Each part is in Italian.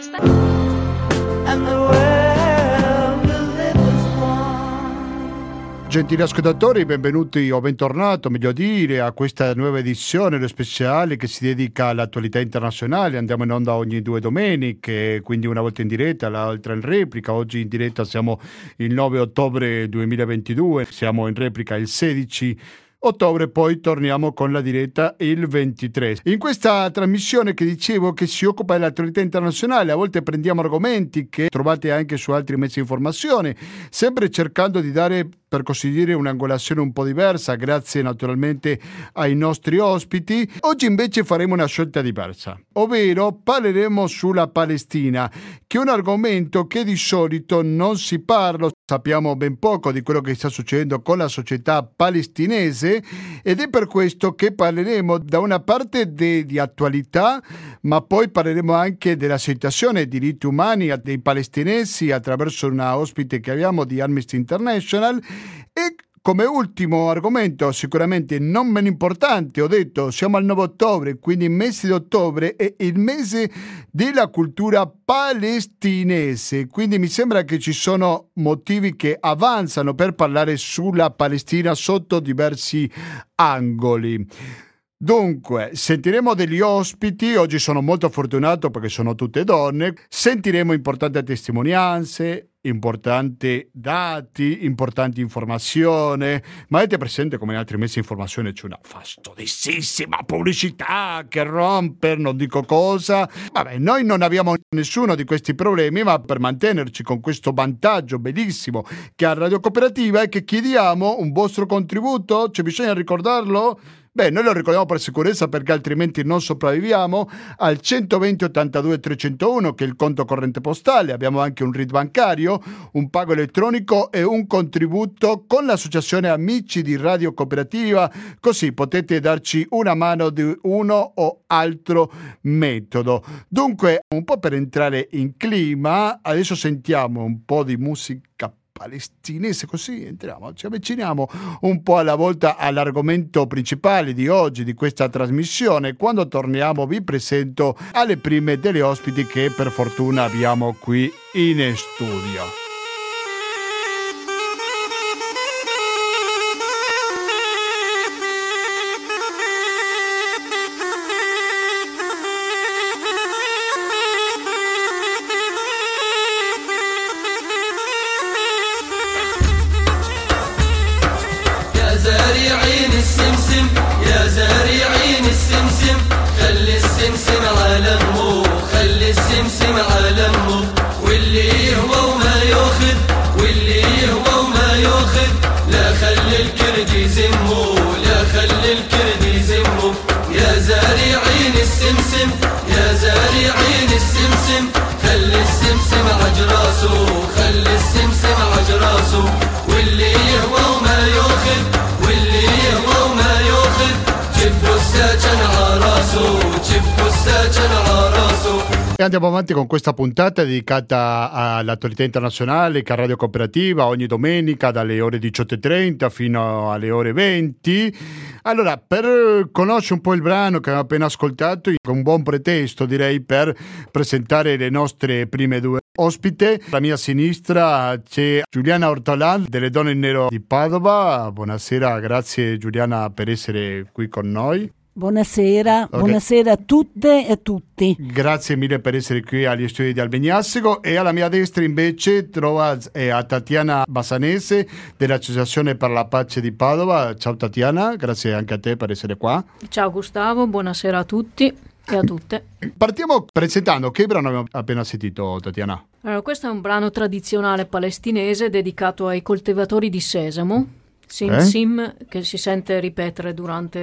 and the world will live as one. Gentili ascoltatori, benvenuti o bentornato, meglio dire, a questa nuova edizione speciale che si dedica all'attualità internazionale. Andiamo in onda ogni 2 domeniche, quindi una volta in diretta, l'altra in replica. Oggi in diretta siamo il 9 ottobre 2022, siamo in replica il 16 ottobre, poi torniamo con la diretta il 23. In questa trasmissione che dicevo che si occupa dell'attualità internazionale, a volte prendiamo argomenti che trovate anche su altri mezzi di informazione, sempre cercando di dare, per così dire, un'angolazione un po' diversa, grazie naturalmente ai nostri ospiti. Oggi invece faremo una scelta diversa, ovvero parleremo sulla Palestina, che è un argomento che di solito non si parla. Sappiamo ben poco di quello che sta succedendo con la società palestinese ed è per questo che parleremo da una parte di attualità, ma poi parleremo anche della situazione dei diritti umani dei palestinesi attraverso una ospite che abbiamo di Amnesty International. E come ultimo argomento, sicuramente non meno importante, ho detto siamo al 9 ottobre, quindi il mese di ottobre è il mese della cultura palestinese, quindi mi sembra che ci sono motivi che avanzano per parlare sulla Palestina sotto diversi angoli. Dunque, sentiremo degli ospiti, oggi sono molto fortunato perché sono tutte donne, sentiremo importanti testimonianze, importanti dati, importanti informazioni, ma avete presente come in altri mezzi di informazione c'è una fastidissima pubblicità che rompe, non dico cosa. Vabbè, noi non abbiamo nessuno di questi problemi, ma per mantenerci con questo vantaggio bellissimo che ha Radio Cooperativa è che chiediamo un vostro contributo, c'è bisogno di ricordarlo? Beh, noi lo ricordiamo per sicurezza perché altrimenti non sopravviviamo, al 120 82 301 che è il conto corrente postale, abbiamo anche un RID bancario, un pago elettronico e un contributo con l'associazione Amici di Radio Cooperativa, così potete darci una mano di uno o altro metodo. Dunque, un po' per entrare in clima, adesso sentiamo un po' di musica palestinese, così entriamo, ci avviciniamo un po' alla volta all'argomento principale di oggi, di questa trasmissione. Quando torniamo vi presento alle prime delle ospiti che per fortuna abbiamo qui in studio. E andiamo avanti con questa puntata dedicata all'attualità internazionale che a Radio Cooperativa ogni domenica dalle ore 18:30 fino alle ore 20. Allora, per conoscere un po' il brano che abbiamo appena ascoltato, un buon pretesto direi per presentare le nostre prime due ospite. Alla mia sinistra c'è Giuliana Ortolan delle Donne in Nero di Padova. Buonasera, grazie Giuliana per essere qui con noi. Buonasera, okay. Buonasera a tutte e a tutti. Grazie mille per essere qui agli studi di Albeniassego. E alla mia destra invece trovo a Tatiana Bassanese dell'Associazione per la Pace di Padova. Ciao Tatiana, grazie anche a te per essere qua. Ciao Gustavo, buonasera a tutti e a tutte. Partiamo presentando che brano abbiamo appena sentito, Tatiana. Allora, questo è un brano tradizionale palestinese dedicato ai coltivatori di sesamo. Sim Sim, che si sente ripetere durante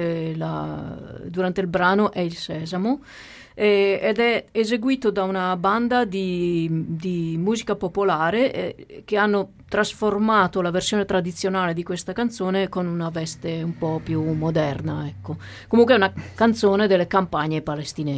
il brano, è il sesamo, ed è eseguito da una banda di musica popolare che hanno trasformato la versione tradizionale di questa canzone con una veste un po' più moderna, ecco. Comunque è una canzone delle campagne palestinesi.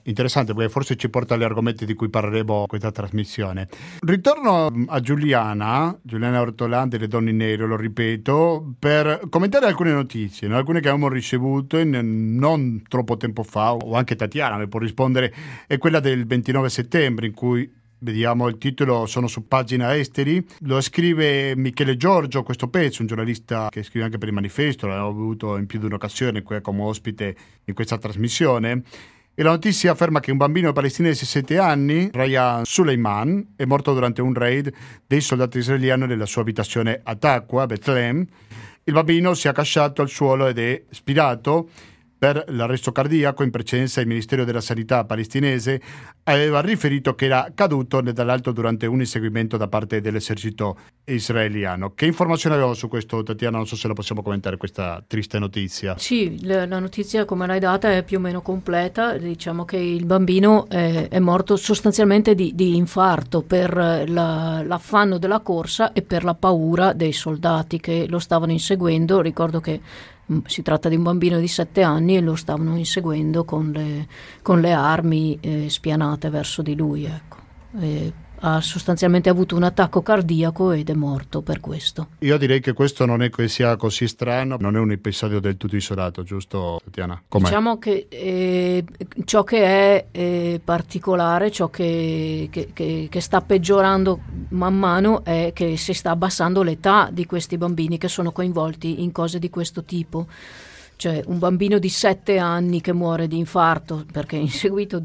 Interessante, perché forse ci porta agli argomenti di cui parleremo in questa trasmissione. Ritorno a Giuliana Ortolandi, Le Donne in Nero, lo ripeto, per commentare alcune notizie, no? Alcune che abbiamo ricevuto non troppo tempo fa, o anche Tatiana mi può rispondere, è quella del 29 settembre, in cui vediamo il titolo, sono su Pagina Esteri, lo scrive Michele Giorgio, questo pezzo, un giornalista che scrive anche per il Manifesto, l'abbiamo avuto in più di un'occasione qui come ospite in questa trasmissione. E la notizia afferma che un bambino palestinese di 7 anni, Ryan Suleiman, è morto durante un raid dei soldati israeliani nella sua abitazione a Taqwa, Betlemme. Il bambino si è accasciato al suolo ed è spirato. Per l'arresto cardiaco, in precedenza il Ministero della Sanità palestinese aveva riferito che era caduto dall'alto durante un inseguimento da parte dell'esercito israeliano. Che informazioni abbiamo su questo, Tatiana? Non so se la possiamo commentare, questa triste notizia. Sì, la notizia come l'hai data è più o meno completa. Diciamo che il bambino è morto sostanzialmente di infarto per l'affanno della corsa e per la paura dei soldati che lo stavano inseguendo. Ricordo che si tratta di un bambino di 7 anni e lo stavano inseguendo con le armi spianate verso di lui, ecco. Ha sostanzialmente avuto un attacco cardiaco ed è morto per questo. Io direi che questo non è che sia così strano, non è un episodio del tutto isolato, giusto Tatiana? Com'è? Diciamo che ciò che è particolare, ciò che sta peggiorando man mano è che si sta abbassando l'età di questi bambini che sono coinvolti in cose di questo tipo. Cioè un bambino di 7 anni che muore di infarto perché è inseguito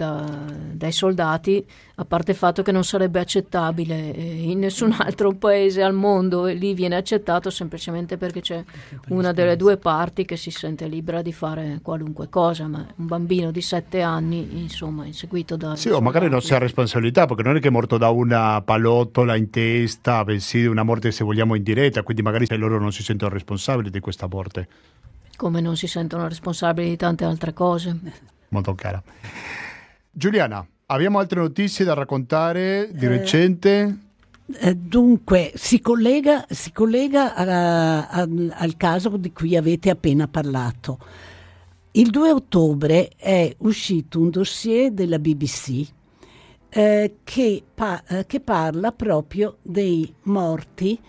dai soldati, a parte il fatto che non sarebbe accettabile in nessun altro paese al mondo, e lì viene accettato semplicemente perché c'è una delle due parti che si sente libera di fare qualunque cosa, ma un bambino di 7 anni, insomma, inseguito da... Sì, o magari non si ha responsabilità, perché non è che è morto da una pallottola in testa, bensì una morte, se vogliamo, indiretta, quindi magari loro non si sentono responsabili di questa morte. Come non si sentono responsabili di tante altre cose. Molto cara. Giuliana, abbiamo altre notizie da raccontare di recente? Dunque, si collega al caso di cui avete appena parlato. Il 2 ottobre è uscito un dossier della BBC che parla proprio dei morti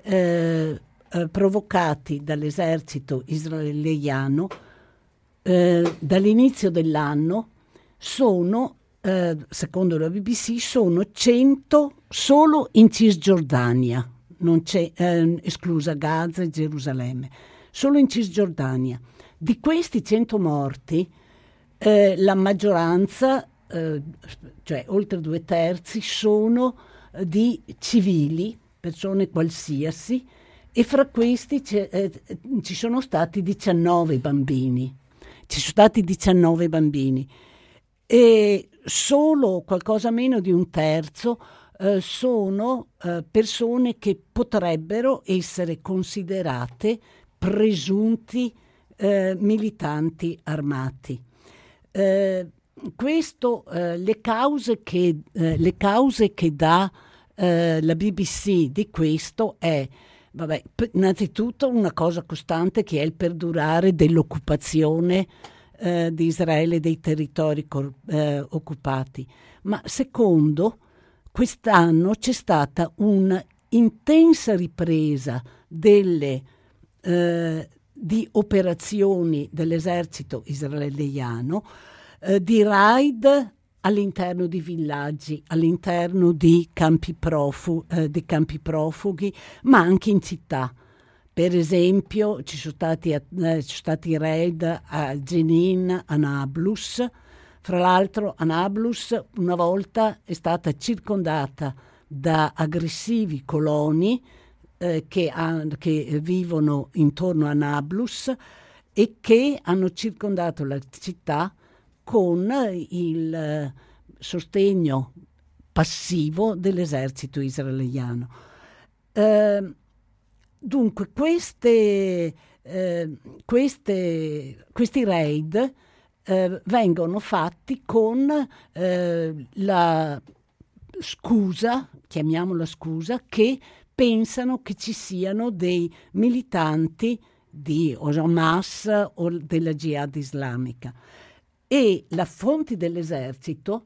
provocati dall'esercito israeliano dall'inizio dell'anno. Sono, secondo la BBC, sono 100 solo in Cisgiordania, non c'è, esclusa Gaza e Gerusalemme, solo in Cisgiordania. Di questi 100 morti, la maggioranza, cioè oltre 2/3, sono di civili, persone qualsiasi, e fra questi ci sono stati 19 bambini. Ci sono stati 19 bambini e solo qualcosa meno di 1/3 sono persone che potrebbero essere considerate presunti militanti armati. Questo, le cause che dà la BBC di questo è, vabbè, innanzitutto una cosa costante che è il perdurare dell'occupazione di Israele dei territori occupati, ma secondo, quest'anno c'è stata un'intensa ripresa di operazioni dell'esercito israeliano, di raid all'interno di villaggi, all'interno di campi profughi, ma anche in città. Per esempio ci sono stati raid a Jenin, a Nablus. Fra l'altro a Nablus una volta è stata circondata da aggressivi coloni che vivono intorno a Nablus e che hanno circondato la città con il sostegno passivo dell'esercito israeliano. Dunque questi raid vengono fatti con la scusa, chiamiamola scusa, che pensano che ci siano dei militanti di Hamas o della Jihad islamica. e le fonti dell'esercito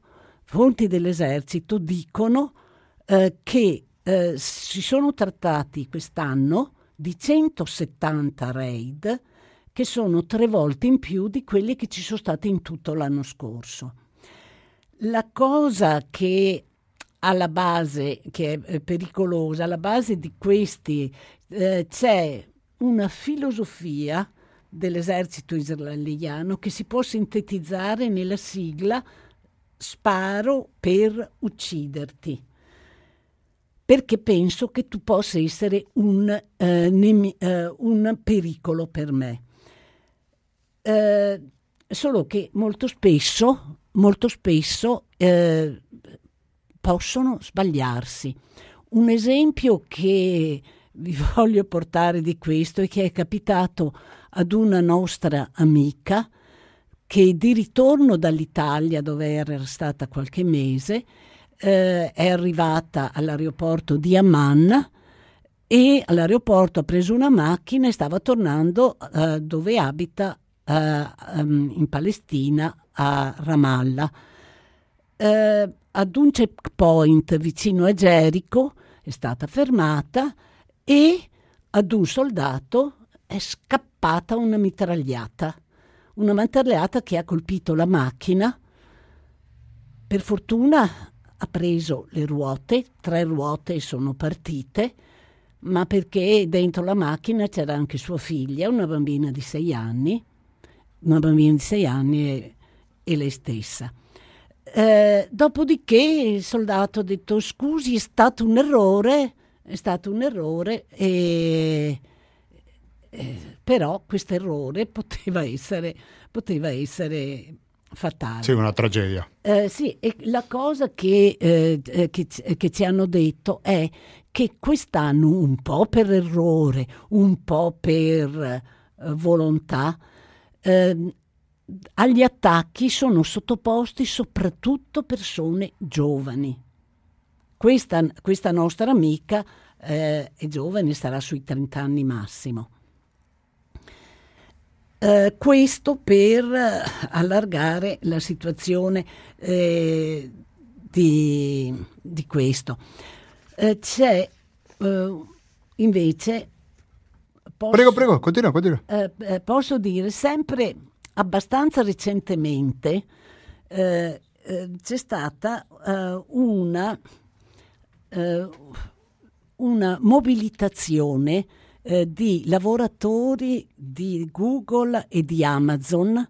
dicono che si sono trattati quest'anno di 170 raid, che sono 3 volte in più di quelli che ci sono stati in tutto l'anno scorso. La cosa che alla base, che è pericolosa, alla base di questi c'è una filosofia dell'esercito israeliano che si può sintetizzare nella sigla sparo per ucciderti, perché penso che tu possa essere un pericolo per me. Solo che molto spesso possono sbagliarsi. Un esempio che vi voglio portare di questo è che è capitato ad una nostra amica che di ritorno dall'Italia, dove era stata qualche mese, è arrivata all'aeroporto di Amman e all'aeroporto ha preso una macchina e stava tornando dove abita in Palestina, a Ramallah. Ad un checkpoint vicino a Gerico è stata fermata e ad un soldato è scappata una mitragliata che ha colpito la macchina. Per fortuna ha preso le ruote, 3 ruote sono partite, ma perché dentro la macchina c'era anche sua figlia, una bambina di 6 anni e lei stessa. Dopodiché il soldato ha detto: scusi, è stato un errore, però questo errore poteva essere fatale. Sì, una tragedia. Sì, e la cosa che ci hanno detto è che quest'anno, un po' per errore, un po' per volontà, agli attacchi sono sottoposti soprattutto persone giovani. Questa nostra amica è giovane, sarà sui 30 anni massimo. Questo per allargare la situazione di questo. C'è invece... Prego, continua. Posso dire, sempre abbastanza recentemente c'è stata una mobilitazione di lavoratori di Google e di Amazon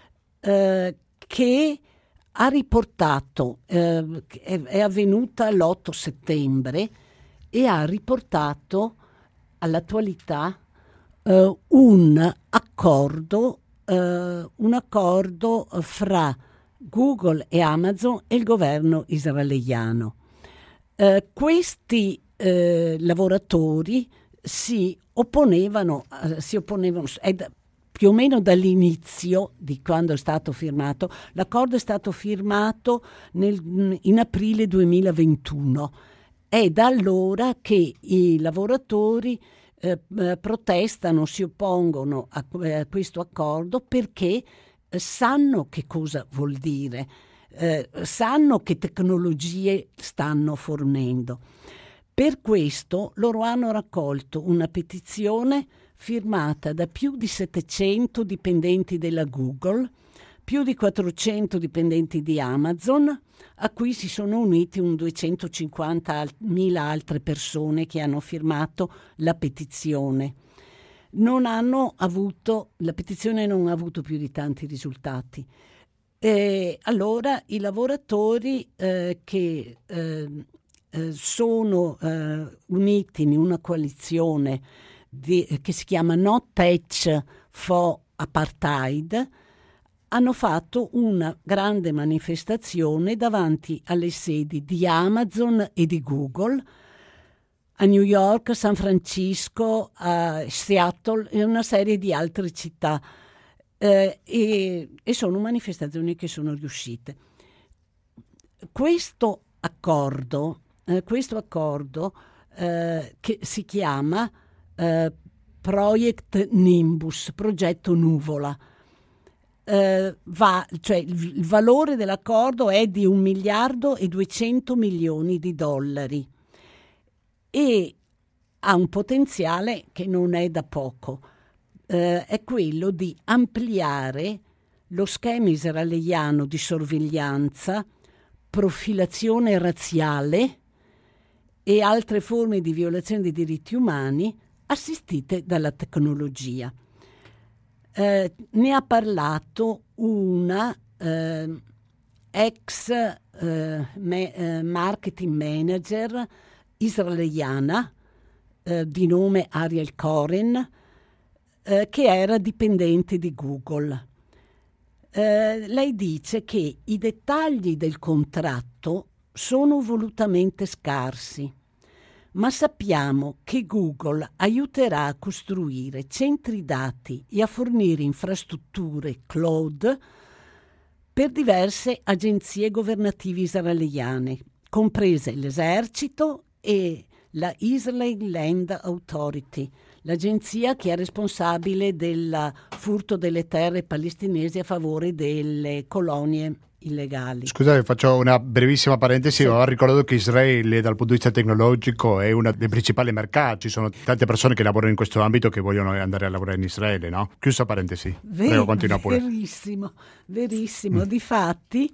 che ha riportato, è avvenuta l'8 settembre e ha riportato all'attualità un accordo fra Google e Amazon e il governo israeliano. Questi lavoratori si opponevano più o meno dall'inizio di quando è stato firmato. L'accordo è stato firmato in aprile 2021. È da allora che i lavoratori protestano, si oppongono a questo accordo perché sanno che cosa vuol dire, sanno che tecnologie stanno fornendo. Per questo loro hanno raccolto una petizione firmata da più di 700 dipendenti della Google, più di 400 dipendenti di Amazon, a cui si sono uniti 250.000 altre persone che hanno firmato la petizione. La petizione non ha avuto più di tanti risultati. Allora i lavoratori che sono uniti in una coalizione che si chiama No Tech for Apartheid hanno fatto una grande manifestazione davanti alle sedi di Amazon e di Google a New York, a San Francisco, a Seattle e una serie di altre città e sono manifestazioni che sono riuscite. Questo accordo che si chiama Project Nimbus, progetto Nuvola, cioè il valore dell'accordo è di 1,2 miliardi di dollari e ha un potenziale che non è da poco, è quello di ampliare lo schema israeliano di sorveglianza, profilazione razziale e altre forme di violazione dei diritti umani assistite dalla tecnologia. Ne ha parlato una ex marketing manager israeliana di nome Ariel Cohen, che era dipendente di Google. Lei dice che i dettagli del contratto sono volutamente scarsi, ma sappiamo che Google aiuterà a costruire centri dati e a fornire infrastrutture cloud per diverse agenzie governative israeliane, comprese l'esercito e la Israel Land Authority, l'agenzia che è responsabile del furto delle terre palestinesi a favore delle colonie illegali. Scusate, faccio una brevissima parentesi. Sì. Ho ricordato che Israele dal punto di vista tecnologico è uno dei principali mercati, ci sono tante persone che lavorano in questo ambito che vogliono andare a lavorare in Israele, no? Chiusa parentesi. Prego, continua pure. Verissimo. Difatti,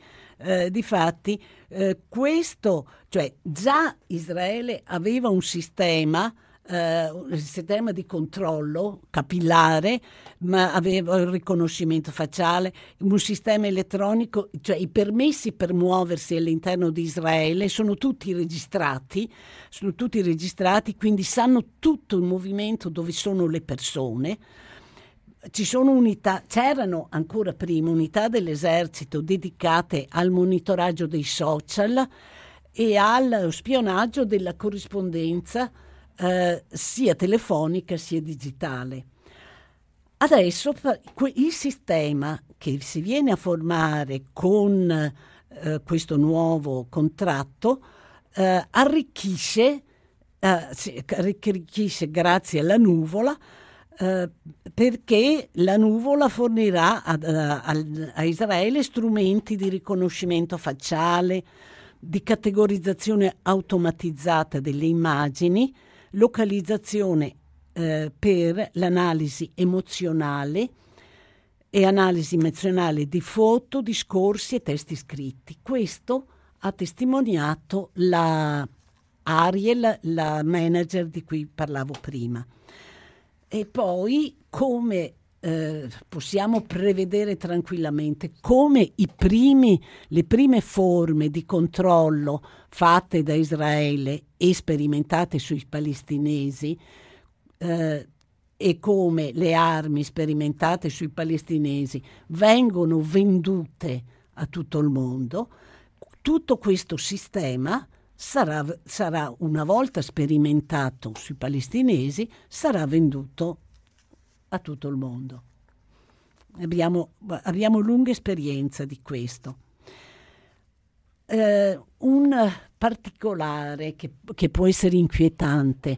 questo, cioè già Israele aveva un sistema di controllo capillare, ma aveva il riconoscimento facciale, un sistema elettronico, cioè i permessi per muoversi all'interno di Israele sono tutti registrati, quindi sanno tutto il movimento dove sono le persone. Ci sono unità, c'erano ancora prima unità dell'esercito dedicate al monitoraggio dei social e allo spionaggio della corrispondenza sia telefonica sia digitale. Adesso il sistema che si viene a formare con questo nuovo contratto arricchisce grazie alla nuvola, perché la nuvola fornirà a Israele strumenti di riconoscimento facciale, di categorizzazione automatizzata delle immagini, localizzazione per l'analisi emozionale e analisi emozionale di foto, discorsi e testi scritti. Questo ha testimoniato la Ariel, la manager di cui parlavo prima. E poi, come possiamo prevedere tranquillamente, come le prime forme di controllo fatte da Israele e sperimentate sui palestinesi e come le armi sperimentate sui palestinesi vengono vendute a tutto il mondo, tutto questo sistema sarà una volta sperimentato sui palestinesi, sarà venduto a tutto il mondo. Abbiamo lunga esperienza di questo. Un particolare che può essere inquietante: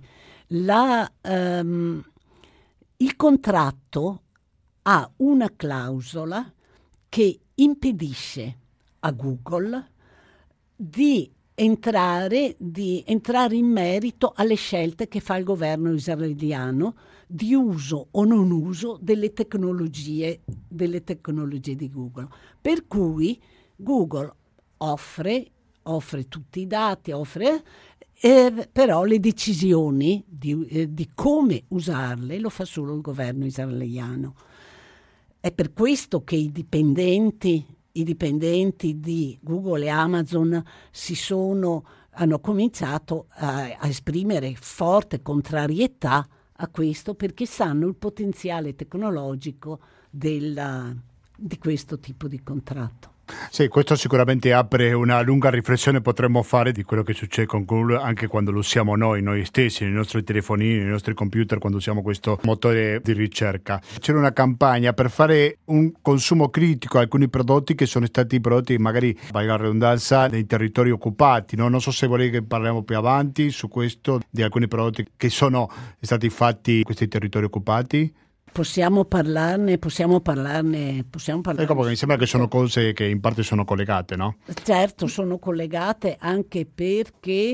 il contratto ha una clausola che impedisce a Google di entrare in merito alle scelte che fa il governo israeliano di uso o non uso delle tecnologie di Google. Per cui Google offre tutti i dati, però le decisioni di come usarle lo fa solo il governo israeliano. È per questo che i dipendenti di Google e Amazon hanno cominciato a esprimere forte contrarietà a questo, perché sanno il potenziale tecnologico di questo tipo di contratto. Sì, questo sicuramente apre una lunga riflessione, potremmo fare di quello che succede con Google anche quando lo usiamo noi stessi, nei nostri telefonini, nei nostri computer, quando usiamo questo motore di ricerca. C'era una campagna per fare un consumo critico a alcuni prodotti che sono stati prodotti, magari, valga la redundanza, nei territori occupati, no? Non so se volete che parliamo più avanti su questo, di alcuni prodotti che sono stati fatti in questi territori occupati. possiamo parlarne. Ecco, perché mi sembra che sono cose che in parte sono collegate, no? Certo, sono collegate anche perché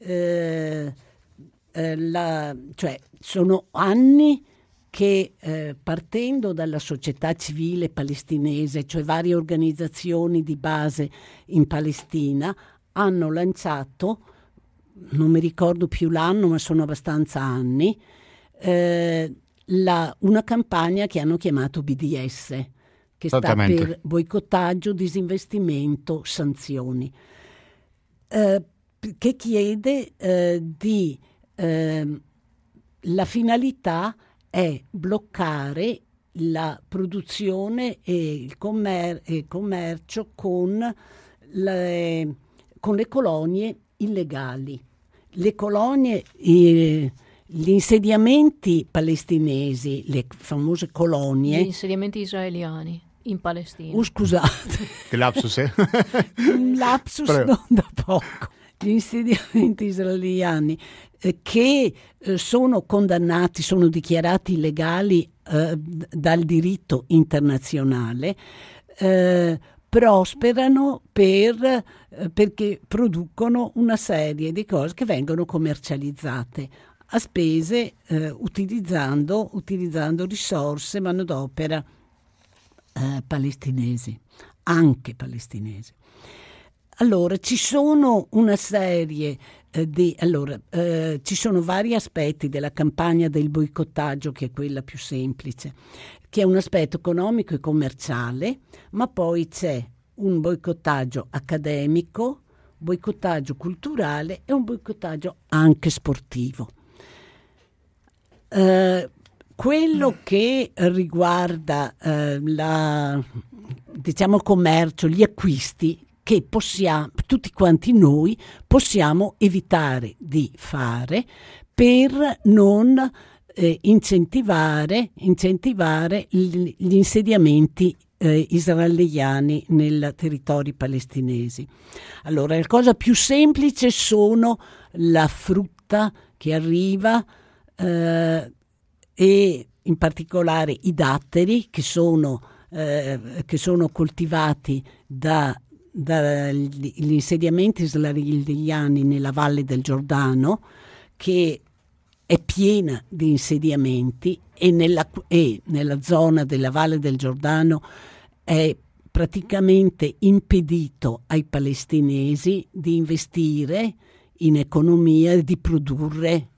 cioè, sono anni che partendo dalla società civile palestinese, cioè varie organizzazioni di base in Palestina, hanno lanciato, non mi ricordo più l'anno, ma sono abbastanza anni, una campagna che hanno chiamato BDS, che sta per boicottaggio, disinvestimento, sanzioni, che chiede la finalità è bloccare la produzione e il commercio con le colonie illegali. Le colonie, gli insediamenti palestinesi, le famose colonie. Gli insediamenti israeliani in Palestina. Scusate. Che lapsus è? Un lapsus non da poco. Gli insediamenti israeliani che sono condannati, sono dichiarati illegali dal diritto internazionale, prosperano perché producono una serie di cose che vengono commercializzate a spese utilizzando risorse, manodopera palestinesi, anche palestinesi. Allora, ci sono una serie ci sono vari aspetti della campagna del boicottaggio, che è quella più semplice, che è un aspetto economico e commerciale, ma poi c'è un boicottaggio accademico, boicottaggio culturale e un boicottaggio anche sportivo. Quello che riguarda commercio, gli acquisti, che tutti quanti noi possiamo evitare di fare per non incentivare gli insediamenti israeliani nei territori palestinesi. Allora, la cosa più semplice sono la frutta che arriva e in particolare i datteri che sono coltivati dagli insediamenti israeliani nella Valle del Giordano, che è piena di insediamenti, e nella zona della Valle del Giordano è praticamente impedito ai palestinesi di investire in economia e di produrre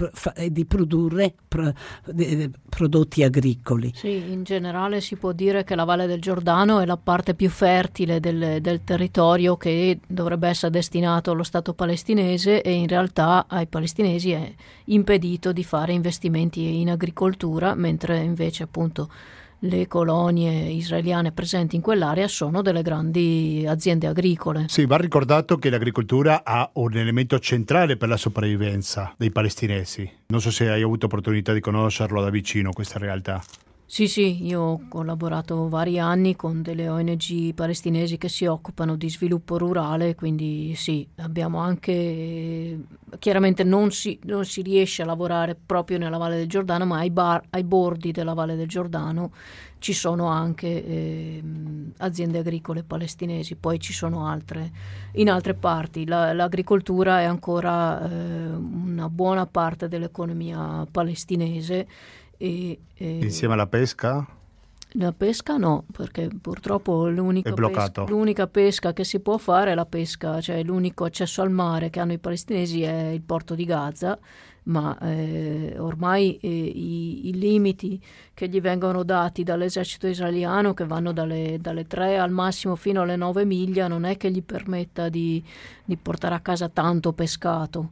prodotti agricoli. Sì, in generale si può dire che la Valle del Giordano è la parte più fertile del territorio che dovrebbe essere destinato allo Stato palestinese, e in realtà ai palestinesi è impedito di fare investimenti in agricoltura, mentre invece appunto le colonie israeliane presenti in quell'area sono delle grandi aziende agricole. Sì, va ricordato che l'agricoltura ha un elemento centrale per la sopravvivenza dei palestinesi. Non so se hai avuto opportunità di conoscerlo da vicino, questa realtà. Sì, io ho collaborato vari anni con delle ONG palestinesi che si occupano di sviluppo rurale, quindi sì, abbiamo anche, chiaramente non si riesce a lavorare proprio nella Valle del Giordano, ma ai bordi della Valle del Giordano ci sono anche aziende agricole palestinesi. Poi ci sono in altre parti. L'agricoltura è ancora una buona parte dell'economia palestinese. Insieme alla pesca? La pesca no, perché purtroppo l'unica pesca che si può fare è la pesca, cioè l'unico accesso al mare che hanno i palestinesi è il porto di Gaza, ma ormai i limiti che gli vengono dati dall'esercito israeliano, che vanno dalle 3 al massimo fino alle 9 miglia, non è che gli permetta di portare a casa tanto pescato.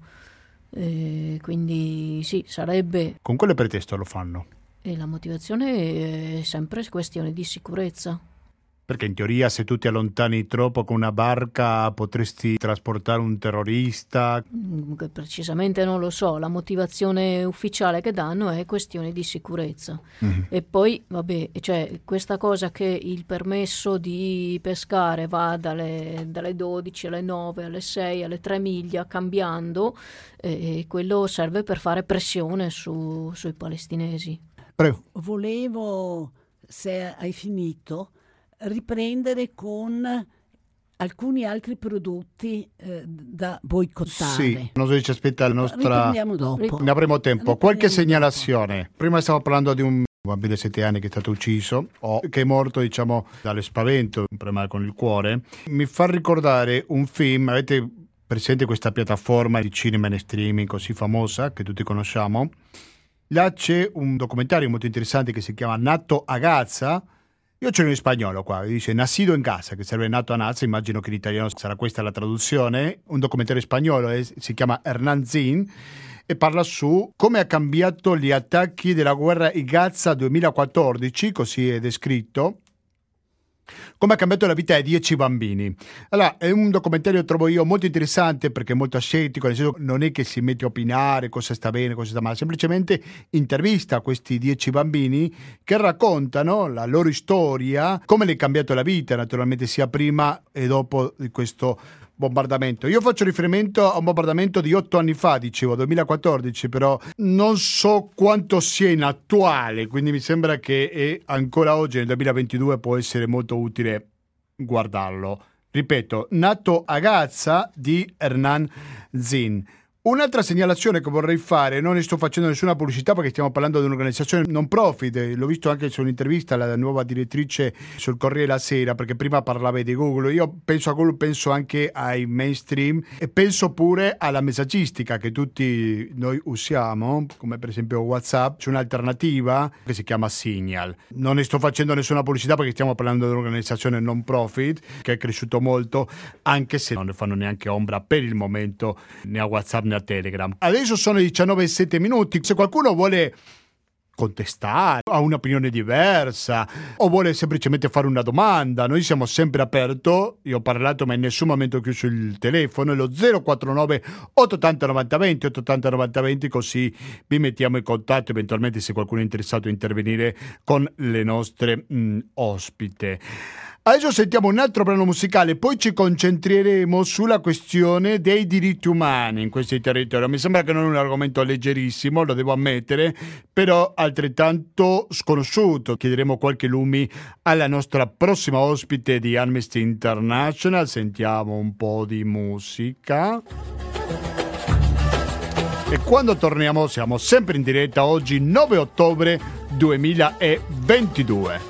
Quindi sì, sarebbe... Con quale pretesto lo fanno? E la motivazione è sempre questione di sicurezza. Perché in teoria se tu ti allontani troppo con una barca potresti trasportare un terrorista? Precisamente non lo so, la motivazione ufficiale che danno è questione di sicurezza. Mm-hmm. E poi, vabbè, cioè questa cosa che il permesso di pescare va dalle 12 alle 9, alle 6, alle 3 miglia, cambiando, quello serve per fare pressione sui palestinesi. Prego. Volevo, se hai finito, riprendere con alcuni altri prodotti da boicottare. Sì, non so se ci aspetta la nostra... Riprendiamo dopo. Ne avremo tempo. Qualche Riprendiamo segnalazione. Prima stiamo parlando di un bambino di 7 anni che è stato ucciso o che è morto, diciamo, dallo spavento, un problema con il cuore. Mi fa ricordare un film, avete presente questa piattaforma di cinema in streaming così famosa che tutti conosciamo? Là c'è un documentario molto interessante che si chiama Nato a Gaza. Io ce l'ho in spagnolo qua, dice Nacido en Gaza, che serve nato a Gaza, immagino che in italiano sarà questa la traduzione. Un documentario spagnolo, si chiama Hernán Zin e parla su come ha cambiato gli attacchi della guerra in Gaza 2014, così è descritto. Come ha cambiato la vita di 10 bambini. Allora, è un documentario, trovo io, molto interessante perché è molto ascetico, nel senso non è che si mette a opinare cosa sta bene, cosa sta male, semplicemente intervista questi 10 bambini che raccontano la loro storia, come le è cambiato la vita, naturalmente sia prima e dopo di questo bombardamento. Io faccio riferimento a un bombardamento di 8 anni fa, dicevo 2014, però non so quanto sia inattuale, quindi mi sembra che è ancora oggi nel 2022 può essere molto utile guardarlo. Ripeto, Nato a Gaza di Hernán Zin. Un'altra segnalazione che vorrei fare, non ne sto facendo nessuna pubblicità perché stiamo parlando di un'organizzazione non profit, l'ho visto anche su un'intervista alla nuova direttrice sul Corriere la Sera, perché prima parlava di Google, io penso a Google, penso anche ai mainstream e penso pure alla messaggistica che tutti noi usiamo, come per esempio WhatsApp. C'è un'alternativa che si chiama Signal. Non ne sto facendo nessuna pubblicità perché stiamo parlando di un'organizzazione non profit che è cresciuto molto, anche se non ne fanno neanche ombra per il momento né a WhatsApp né a Telegram. Adesso sono 19:07. Se qualcuno vuole contestare, ha un'opinione diversa o vuole semplicemente fare una domanda, noi siamo sempre aperto. Io ho parlato ma in nessun momento ho chiuso il telefono, è lo 049 880 90 20 880 90 20, così vi mettiamo in contatto eventualmente se qualcuno è interessato a intervenire con le nostre ospite. Adesso sentiamo un altro brano musicale, poi ci concentreremo sulla questione dei diritti umani in questi territori. Mi sembra che non è un argomento leggerissimo, lo devo ammettere, però altrettanto sconosciuto. Chiederemo qualche lumi alla nostra prossima ospite di Amnesty International. Sentiamo un po' di musica. E quando torniamo siamo sempre in diretta, oggi 9 ottobre 2022.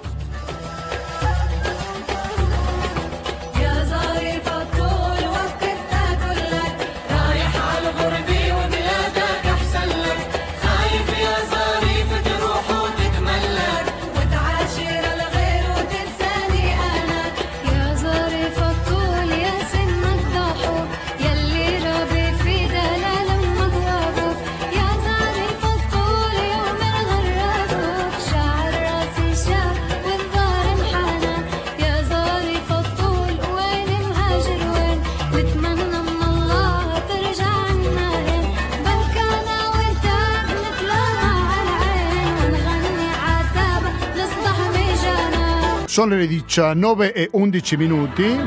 Sono le 19:11.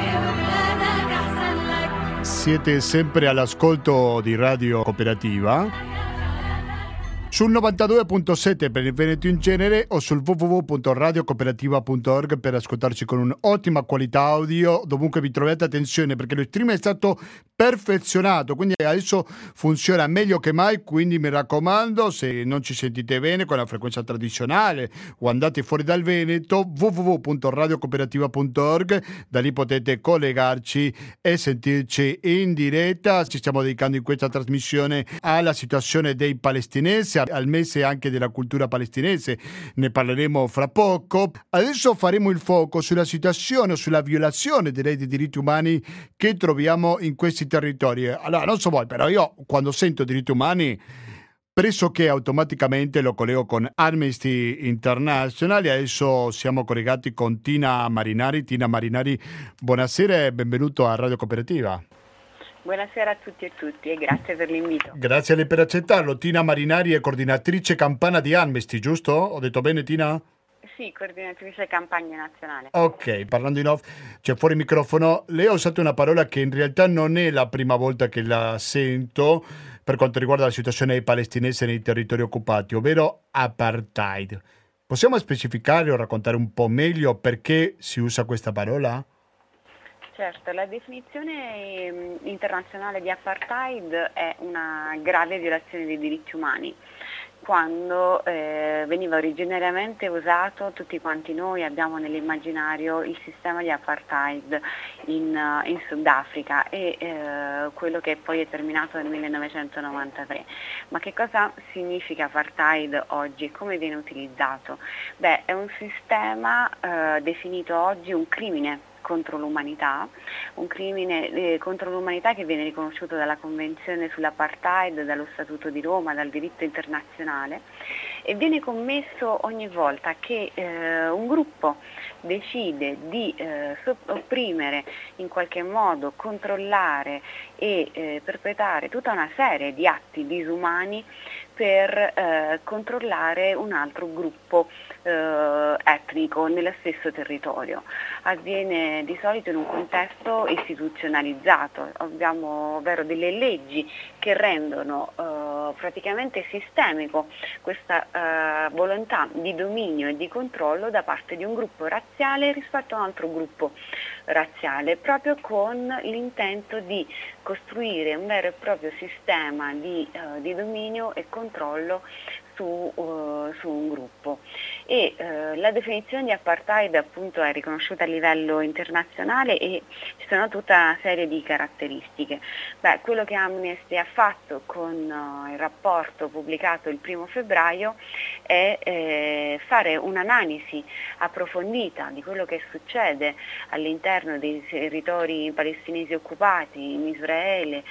Siete sempre all'ascolto di Radio Cooperativa sul 92.7 per il Veneto in genere o sul www.radiocooperativa.org per ascoltarci con un'ottima qualità audio dovunque vi troviate. Attenzione perché lo stream è stato perfezionato, quindi adesso funziona meglio che mai, quindi mi raccomando, se non ci sentite bene con la frequenza tradizionale o andate fuori dal Veneto, www.radiocooperativa.org, da lì potete collegarci e sentirci in diretta. Ci stiamo dedicando in questa trasmissione alla situazione dei palestinesi, al mese anche della cultura palestinese, ne parleremo fra poco. Adesso faremo il fuoco sulla situazione, sulla violazione dei diritti umani che troviamo in questi territori. Allora, non so voi, però io quando sento diritti umani pressoché automaticamente lo collego con Amnesty International. E adesso siamo collegati con Tina Marinari. Tina Marinari, buonasera e benvenuto a Radio Cooperativa. Buonasera a tutti e tutti e grazie per l'invito. Grazie a lei per accettarlo. Tina Marinari è coordinatrice campana di Amnesty, giusto? Ho detto bene, Tina? Sì, coordinatrice campagna nazionale. Ok, parlando in off, c'è fuori microfono, lei ha usato una parola che in realtà non è la prima volta che la sento, per quanto riguarda la situazione dei palestinesi nei territori occupati, ovvero apartheid. Possiamo specificare o raccontare un po' meglio perché si usa questa parola? Certo, la definizione internazionale di apartheid è una grave violazione dei diritti umani. Quando veniva originariamente usato, tutti quanti noi abbiamo nell'immaginario il sistema di apartheid in Sudafrica e quello che poi è terminato nel 1993. Ma che cosa significa apartheid oggi? Come viene utilizzato? Beh, è un sistema definito oggi un crimine contro l'umanità, un crimine contro l'umanità che viene riconosciuto dalla Convenzione sull'apartheid, dallo Statuto di Roma, dal diritto internazionale e viene commesso ogni volta che un gruppo decide di opprimere, in qualche modo controllare e perpetrare tutta una serie di atti disumani per controllare un altro gruppo etnico nello stesso territorio. Avviene di solito in un contesto istituzionalizzato, ovvero delle leggi che rendono praticamente sistemico questa volontà di dominio e di controllo da parte di un gruppo razziale rispetto a un altro gruppo razziale, proprio con l'intento di costruire un vero e proprio sistema di dominio e controllo su un gruppo. E la definizione di apartheid appunto è riconosciuta a livello internazionale e ci sono tutta una serie di caratteristiche. Beh, quello che Amnesty ha fatto con il rapporto pubblicato il 1° febbraio è fare un'analisi approfondita di quello che succede all'interno dei territori palestinesi occupati in Israele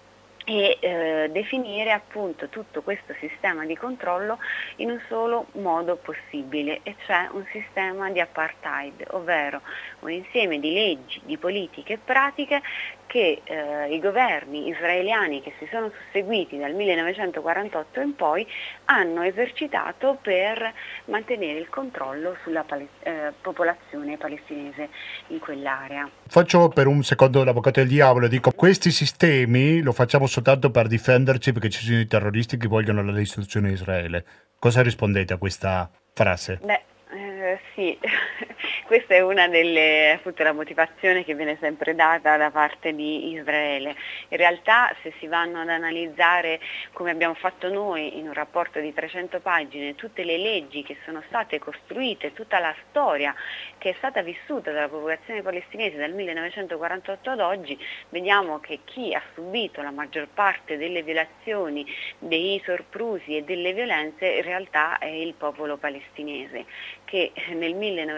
e definire appunto tutto questo sistema di controllo in un solo modo possibile, e cioè un sistema di apartheid, ovvero un insieme di leggi, di politiche e pratiche che i governi israeliani che si sono susseguiti dal 1948 in poi hanno esercitato per mantenere il controllo sulla popolazione palestinese in quell'area. Faccio per un secondo l'avvocato del diavolo e dico: questi sistemi lo facciamo soltanto per difenderci perché ci sono i terroristi che vogliono la distruzione di Israele. Cosa rispondete a questa frase? Beh, sì, questa è una delle, appunto, la motivazione che viene sempre data da parte di Israele. In realtà, se si vanno ad analizzare, come abbiamo fatto noi in un rapporto di 300 pagine, tutte le leggi che sono state costruite, tutta la storia che è stata vissuta dalla popolazione palestinese dal 1948 ad oggi, vediamo che chi ha subito la maggior parte delle violazioni, dei soprusi e delle violenze in realtà è il popolo palestinese, che nel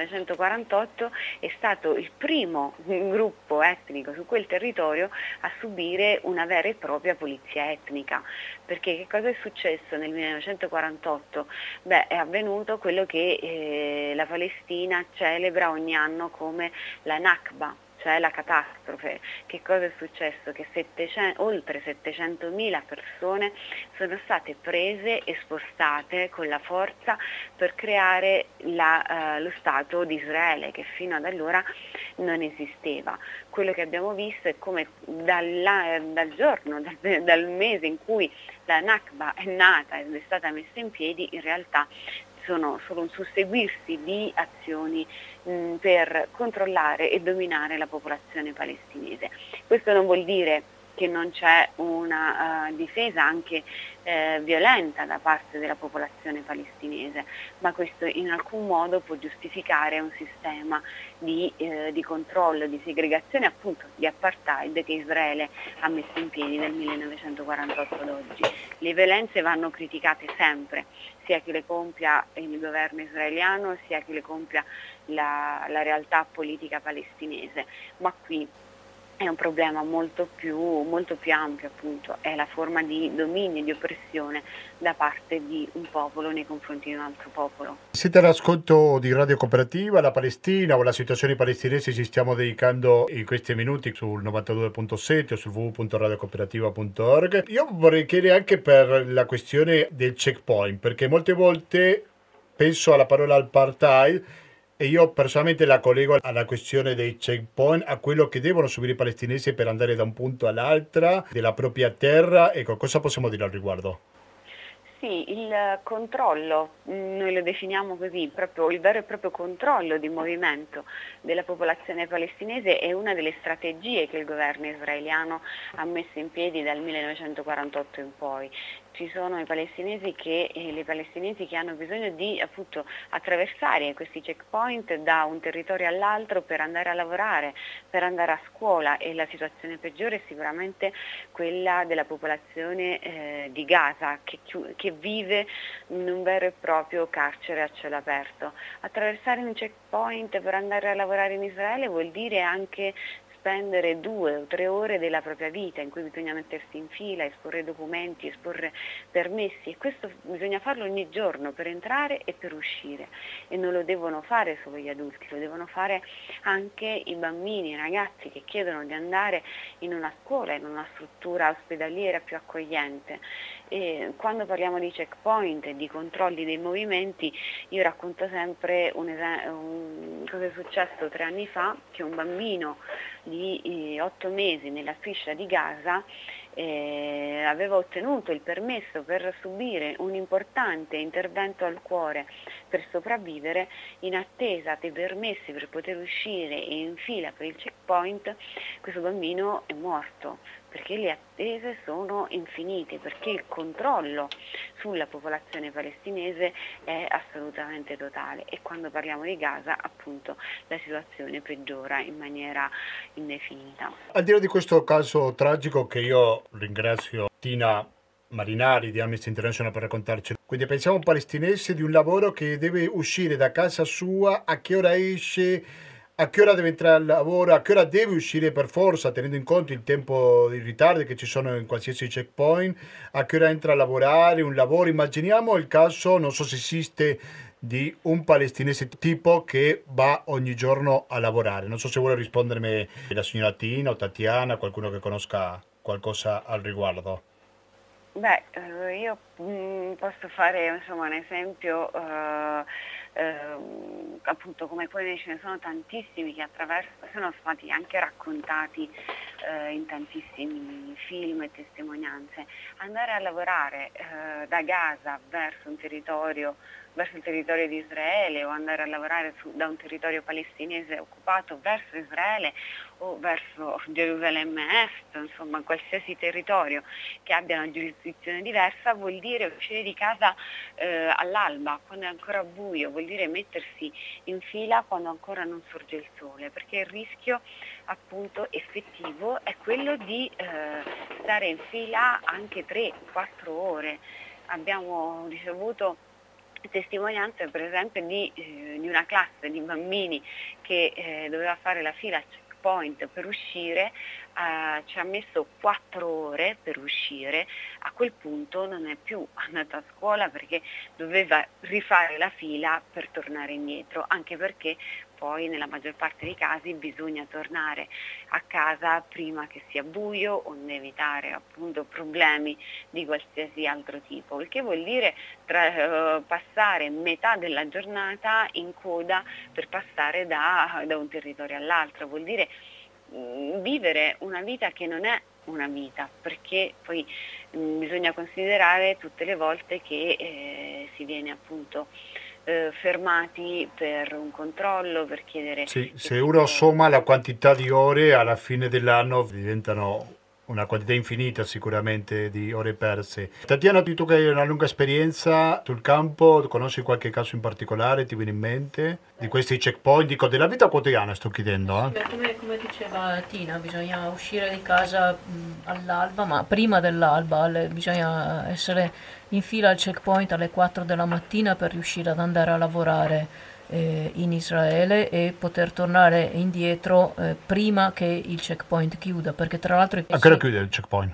1948 è stato il primo gruppo etnico su quel territorio a subire una vera e propria pulizia etnica. Perché che cosa è successo nel 1948? Beh, è avvenuto quello che la Palestina celebra ogni anno come la Nakba, cioè la catastrofe. Che cosa è successo? Che oltre 700.000 persone sono state prese e spostate con la forza per creare lo Stato di Israele, che fino ad allora non esisteva. Quello che abbiamo visto è come dal mese in cui la Nakba è nata ed è stata messa in piedi, in realtà sono solo un susseguirsi di azioni per controllare e dominare la popolazione palestinese. Questo non vuol dire che non c'è una difesa anche violenta da parte della popolazione palestinese, ma questo in alcun modo può giustificare un sistema di controllo, di segregazione, appunto di apartheid, che Israele ha messo in piedi dal 1948 ad oggi. Le violenze vanno criticate sempre, sia che le compia il governo israeliano, sia che le compia la realtà politica palestinese, ma qui è un problema molto più ampio, appunto, è la forma di dominio e di oppressione da parte di un popolo nei confronti di un altro popolo. Siete all'ascolto di Radio Cooperativa, la Palestina o la situazione palestinese ci stiamo dedicando in questi minuti sul 92.7 o sul www.radiocooperativa.org. Io vorrei chiedere anche per la questione del checkpoint, perché molte volte penso alla parola apartheid E io personalmente la collego alla questione dei checkpoint, a quello che devono subire i palestinesi per andare da un punto all'altro della propria terra. Ecco, cosa possiamo dire al riguardo? Sì, il controllo, noi lo definiamo così, proprio il vero e proprio controllo di movimento della popolazione palestinese è una delle strategie che il governo israeliano ha messo in piedi dal 1948 in poi. Ci sono i palestinesi le palestinesi che hanno bisogno di appunto attraversare questi checkpoint da un territorio all'altro per andare a lavorare, per andare a scuola, e la situazione peggiore è sicuramente quella della popolazione di Gaza che vive in un vero e proprio carcere a cielo aperto. Attraversare un checkpoint per andare a lavorare in Israele vuol dire anche spendere 2 o 3 ore della propria vita in cui bisogna mettersi in fila, esporre documenti, esporre permessi, e questo bisogna farlo ogni giorno per entrare e per uscire, e non lo devono fare solo gli adulti, lo devono fare anche i bambini, i ragazzi che chiedono di andare in una scuola, in una struttura ospedaliera più accogliente. E quando parliamo di checkpoint e di controlli dei movimenti, io racconto sempre cosa è successo 3 anni fa, che un bambino di 8 mesi nella striscia di Gaza aveva ottenuto il permesso per subire un importante intervento al cuore per sopravvivere. In attesa dei permessi per poter uscire e in fila per il checkpoint, questo bambino è morto, perché le attese sono infinite, perché il controllo sulla popolazione palestinese è assolutamente totale, e quando parliamo di Gaza appunto la situazione peggiora in maniera indefinita. Al di là di questo caso tragico, che io ringrazio Tina Marinari di Amnesty International per raccontarci, quindi pensiamo a un palestinese di un lavoro che deve uscire da casa sua, a che ora esce, a che ora deve entrare al lavoro, a che ora deve uscire per forza, tenendo in conto il tempo di ritardi che ci sono in qualsiasi checkpoint, a che ora entra a lavorare, un lavoro. Immaginiamo il caso, non so se esiste, di un palestinese tipo che va ogni giorno a lavorare. Non so se vuole rispondermi la signora Tina o Tatiana, qualcuno che conosca qualcosa al riguardo. Beh, io posso fare insomma un esempio, appunto come quelli, ce ne sono tantissimi che sono stati anche raccontati in tantissimi film e testimonianze. Andare a lavorare da Gaza verso il territorio di Israele, o andare a lavorare da un territorio palestinese occupato verso Israele o verso Gerusalemme Est, insomma qualsiasi territorio che abbia una giurisdizione diversa, vuol dire uscire di casa all'alba, quando è ancora buio, vuol dire mettersi in fila quando ancora non sorge il sole, perché il rischio appunto effettivo è quello di stare in fila anche 3-4 ore. Abbiamo ricevuto testimonianze per esempio di una classe di bambini che doveva fare la fila al checkpoint per uscire, ci ha messo 4 ore per uscire. A quel punto non è più andato a scuola perché doveva rifare la fila per tornare indietro, anche perché poi nella maggior parte dei casi bisogna tornare a casa prima che sia buio, onde evitare appunto problemi di qualsiasi altro tipo, il che vuol dire passare metà della giornata in coda per passare da un territorio all'altro, vuol dire vivere una vita che non è una vita, perché poi bisogna considerare tutte le volte che si viene appunto fermati per un controllo, per chiedere... Sì, se uno somma la quantità di ore alla fine dell'anno diventano una quantità infinita sicuramente di ore perse. Tatiana, tu che hai una lunga esperienza sul campo, conosci qualche caso in particolare, ti viene in mente, di questi checkpoint, dico della vita quotidiana sto chiedendo? Come diceva Tina, bisogna uscire di casa all'alba, ma prima dell'alba bisogna essere in fila al checkpoint alle 4 della mattina per riuscire ad andare a lavorare in Israele e poter tornare indietro prima che il checkpoint chiuda, perché tra l'altro a che ora chiude il checkpoint?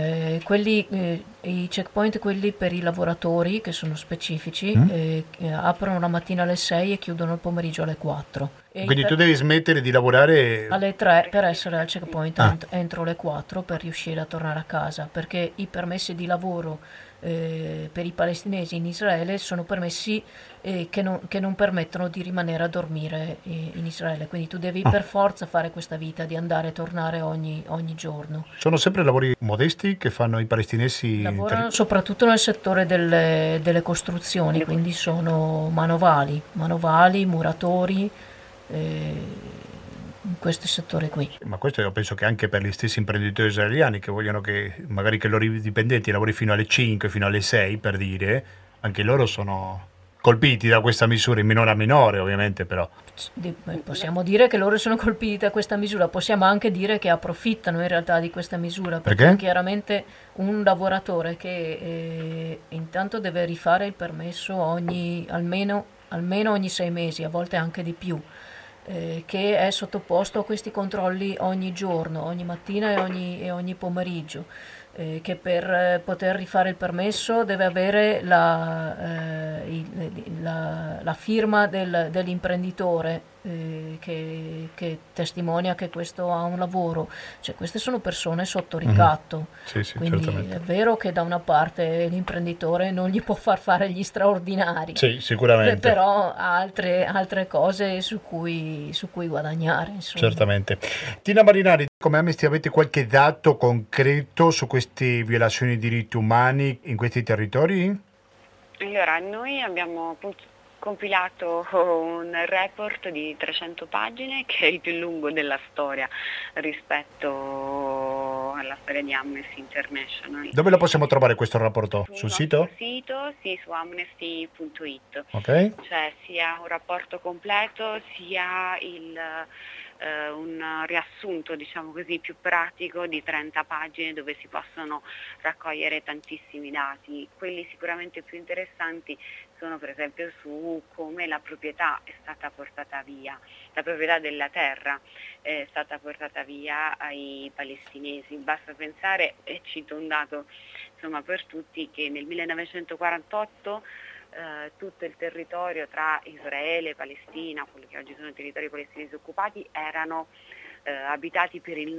I checkpoint, quelli per i lavoratori che sono specifici, aprono la mattina alle 6 e chiudono il pomeriggio alle 4. E Quindi tu devi smettere di lavorare alle 3 per essere al checkpoint entro le 4 per riuscire a tornare a casa, perché i permessi di lavoro per i palestinesi in Israele sono permessi che non permettono di rimanere a dormire in Israele, quindi tu devi per forza fare questa vita di andare e tornare ogni giorno. Sono sempre lavori modesti che fanno i palestinesi? Lavorano soprattutto nel settore delle costruzioni, quindi sono manovali, muratori, in questo settore qui. Ma questo io penso che anche per gli stessi imprenditori israeliani che vogliono che magari che i loro dipendenti lavori fino alle 5, fino alle 6 per dire, anche loro sono colpiti da questa misura in minore ovviamente, però. Possiamo dire che loro sono colpiti da questa misura, possiamo anche dire che approfittano in realtà di questa misura, perché Perché? chiaramente un lavoratore che intanto deve rifare il permesso almeno ogni 6 mesi, a volte anche di più, che è sottoposto a questi controlli ogni giorno, ogni mattina e ogni pomeriggio, che per poter rifare il permesso deve avere la firma dell'imprenditore che testimonia che questo ha un lavoro, cioè queste sono persone sotto ricatto. Sì, sì, Quindi certamente. è vero che da una parte l'imprenditore non gli può far fare gli straordinari, Sì, sicuramente. però ha altre cose su cui guadagnare, insomma. Certamente. Tina Marinari, come Amnesty avete qualche dato concreto su queste violazioni di diritti umani in questi territori? Allora, noi abbiamo compilato un report di 300 pagine che è il più lungo della storia rispetto alla storia di Amnesty International. Dove lo possiamo trovare questo rapporto? Sul sito? Sul sito, sì, su amnesty.it. Ok. Cioè sia un rapporto completo sia un riassunto, diciamo così, più pratico di 30 pagine dove si possono raccogliere tantissimi dati. Quelli sicuramente più interessanti sono per esempio su come la proprietà è stata portata via, la proprietà della terra è stata portata via ai palestinesi. Basta pensare, e cito un dato insomma per tutti, che nel 1948 tutto il territorio tra Israele e Palestina, quelli che oggi sono i territori palestinesi occupati, erano abitati per il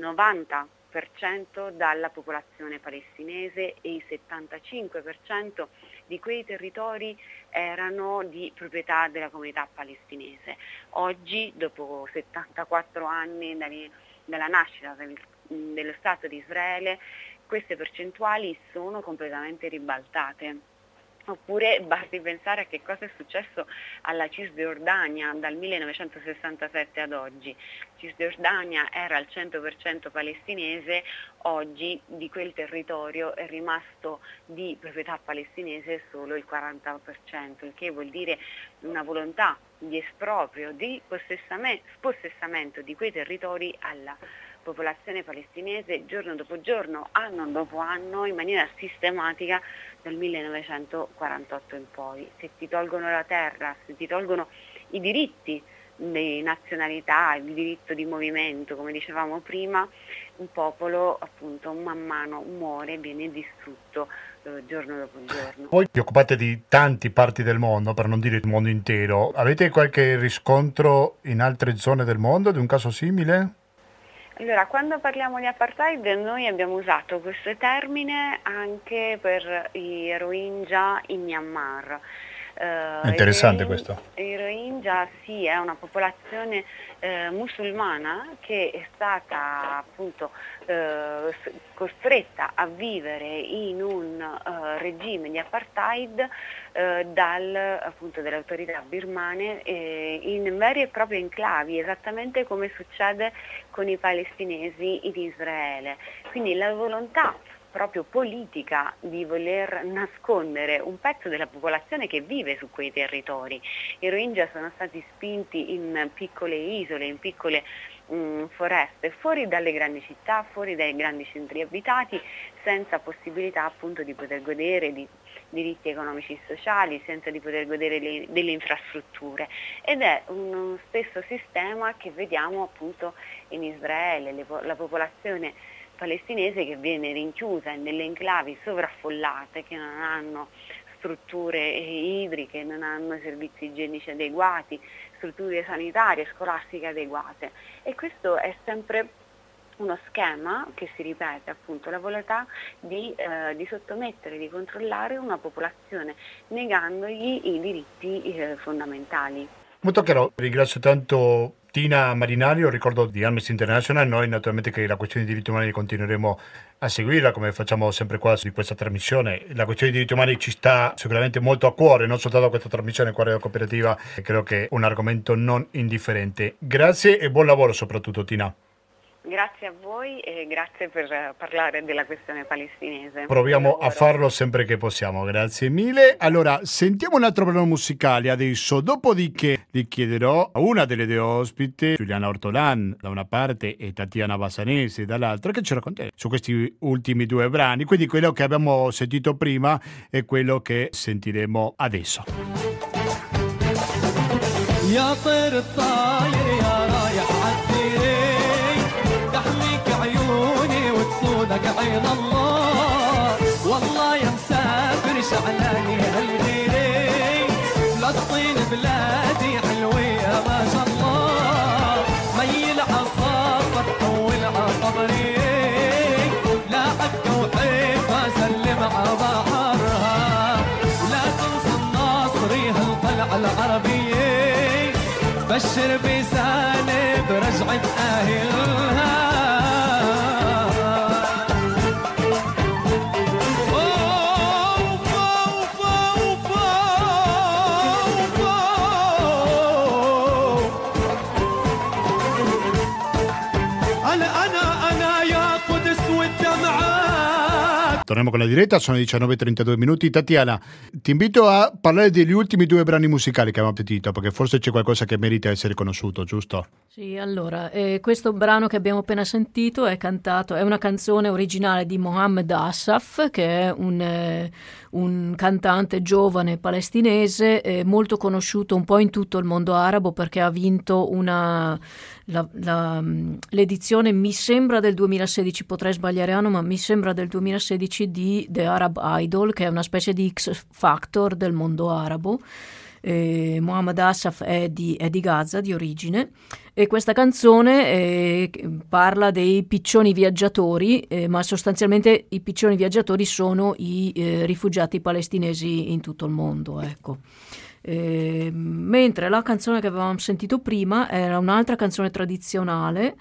90% dalla popolazione palestinese e il 75% di quei territori erano di proprietà della comunità palestinese. Oggi, dopo 74 anni dalla nascita dello Stato di Israele, queste percentuali sono completamente ribaltate. Oppure basti pensare a che cosa è successo alla Cisgiordania dal 1967 ad oggi. Cisgiordania era al 100% palestinese, oggi di quel territorio è rimasto di proprietà palestinese solo il 40%, il che vuol dire una volontà di esproprio, di spossessamento di quei territori alla popolazione palestinese giorno dopo giorno, anno dopo anno, in maniera sistematica dal 1948 in poi. Se ti tolgono la terra, se ti tolgono i diritti di nazionalità, il diritto di movimento, come dicevamo prima, un popolo appunto man mano muore, viene distrutto giorno dopo giorno. Voi vi occupate di tante parti del mondo, per non dire il mondo intero. Avete qualche riscontro in altre zone del mondo di un caso simile? Allora, quando parliamo di apartheid noi abbiamo usato questo termine anche per i Rohingya in Myanmar. È interessante questo. I Rohingya sì, è una popolazione musulmana che è stata appunto costretta a vivere in un regime di apartheid dalle autorità birmane in veri e propri enclavi, esattamente come succede con i palestinesi in Israele. Quindi la volontà proprio politica di voler nascondere un pezzo della popolazione che vive su quei territori. I Rohingya sono stati spinti in piccole isole, in piccole foreste, fuori dalle grandi città, fuori dai grandi centri abitati, senza possibilità appunto di poter godere di diritti economici e sociali, senza di poter godere delle infrastrutture. Ed è uno stesso sistema che vediamo appunto in Israele, la popolazione palestinese che viene rinchiusa in delle enclavi sovraffollate che non hanno strutture idriche, non hanno servizi igienici adeguati, strutture sanitarie, scolastiche adeguate, e questo è sempre uno schema che si ripete, appunto, la volontà di sottomettere, di controllare una popolazione negandogli i diritti fondamentali. Molto chiaro, ringrazio tanto Tina Marinario, ricordo di Amnesty International. Noi naturalmente che la questione dei diritti umani continueremo a seguirla come facciamo sempre qua su questa trasmissione. La questione dei diritti umani ci sta sicuramente molto a cuore, non soltanto a questa trasmissione, il cuore della cooperativa, e credo che è un argomento non indifferente. Grazie e buon lavoro soprattutto, Tina. Grazie a voi e grazie per parlare della questione palestinese. Proviamo a farlo sempre che possiamo, grazie mille. Allora, sentiamo un altro brano musicale adesso, dopodiché gli chiederò a una delle due ospiti, Giuliana Ortolan da una parte e Tatiana Bassanesi dall'altra, che ci racconterà su questi ultimi due brani. Quindi quello che abbiamo sentito prima è quello che sentiremo adesso. يا طير الطاير يا رايح عالديري تحميك عيوني وتصونك عين الله والله يا مسافر شعلاني هالغيري فلسطين بلادي حلوة ما شاء الله ميل عصافر حول عصبري لا عكا وحيفا سلم عبحرها ولا تنسى الناصري هالقلعة العربية بشر بسالة برجعة أهلها أنا يا قدس والدمعات. Torniamo con la diretta, sono 19:32 minuti. Tatiana, ti invito a parlare degli ultimi due brani musicali che abbiamo sentito, perché forse c'è qualcosa che merita essere conosciuto, giusto? Sì, allora, questo brano che abbiamo appena sentito è una canzone originale di Mohammed Asaf, che è un cantante giovane palestinese, molto conosciuto un po' in tutto il mondo arabo perché ha vinto l'edizione, mi sembra del 2016, potrei sbagliare anno, ma mi sembra del 2016 di The Arab Idol, che è una specie di X Factor del mondo arabo. Mohammed Asaf è di Gaza di origine, e questa canzone parla dei piccioni viaggiatori, ma sostanzialmente i piccioni viaggiatori sono i rifugiati palestinesi in tutto il mondo, ecco. Mentre la canzone che avevamo sentito prima era un'altra canzone tradizionale,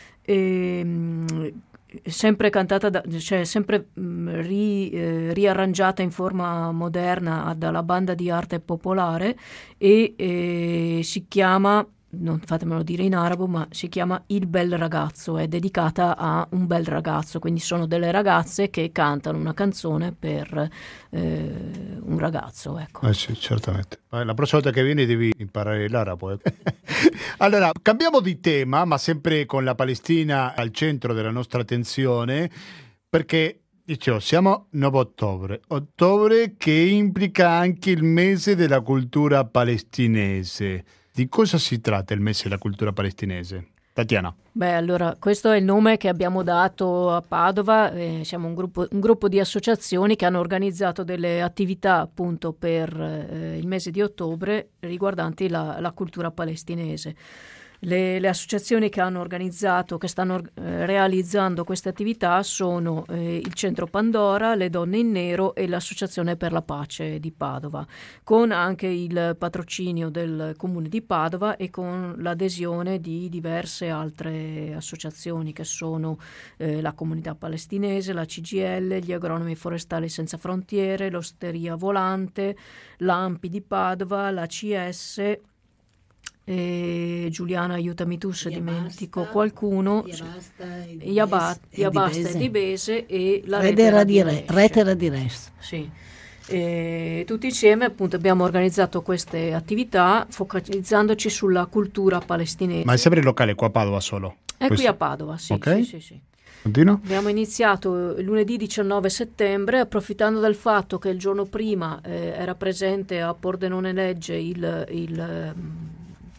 sempre cantata sempre riarrangiata in forma moderna dalla banda di arte popolare, e si chiama, non fatemelo dire in arabo, ma si chiama Il bel ragazzo, è dedicata a un bel ragazzo, quindi sono delle ragazze che cantano una canzone per un ragazzo, ecco. Sì, certamente. La prossima volta che vieni devi imparare l'arabo. Allora, cambiamo di tema, ma sempre con la Palestina al centro della nostra attenzione, perché dicevo, siamo 9 ottobre che implica anche il mese della cultura palestinese. Di cosa si tratta il mese della cultura palestinese? Tatiana. Beh, allora, questo è il nome che abbiamo dato a Padova. Siamo un gruppo di associazioni che hanno organizzato delle attività appunto per il mese di ottobre riguardanti la cultura palestinese. Le associazioni che hanno organizzato, che stanno realizzando queste attività sono il Centro Pandora, le Donne in Nero e l'Associazione per la Pace di Padova, con anche il patrocinio del Comune di Padova e con l'adesione di diverse altre associazioni che sono la Comunità Palestinese, la CGIL, gli Agronomi Forestali Senza Frontiere, l'Osteria Volante, l'AMPI di Padova, la CS. Giuliana, aiutami tu se dimentico qualcuno. Iabasta e di Bese e la Retera di Res. Sì. Tutti insieme appunto abbiamo organizzato queste attività focalizzandoci sulla cultura palestinese. Ma è sempre locale qua a Padova solo? È qui a Padova, sì. Okay. Sì. Continua? Abbiamo iniziato lunedì 19 settembre, approfittando del fatto che il giorno prima era presente a Pordenone Legge il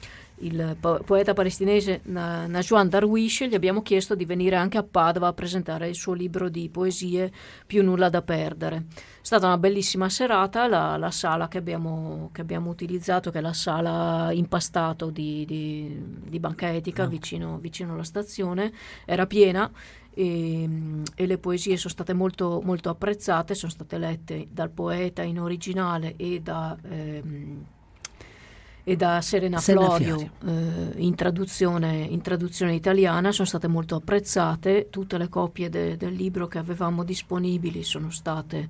il poeta palestinese Najwan Darwish, gli abbiamo chiesto di venire anche a Padova a presentare il suo libro di poesie Più nulla da perdere. È stata una bellissima serata, la sala che abbiamo utilizzato, che è la sala Impastato di Banca Etica, vicino alla stazione, era piena. E le poesie sono state molto, molto apprezzate, sono state lette dal poeta in originale e da Serena Florio in traduzione italiana. Sono state molto apprezzate, tutte le copie del libro che avevamo disponibili sono state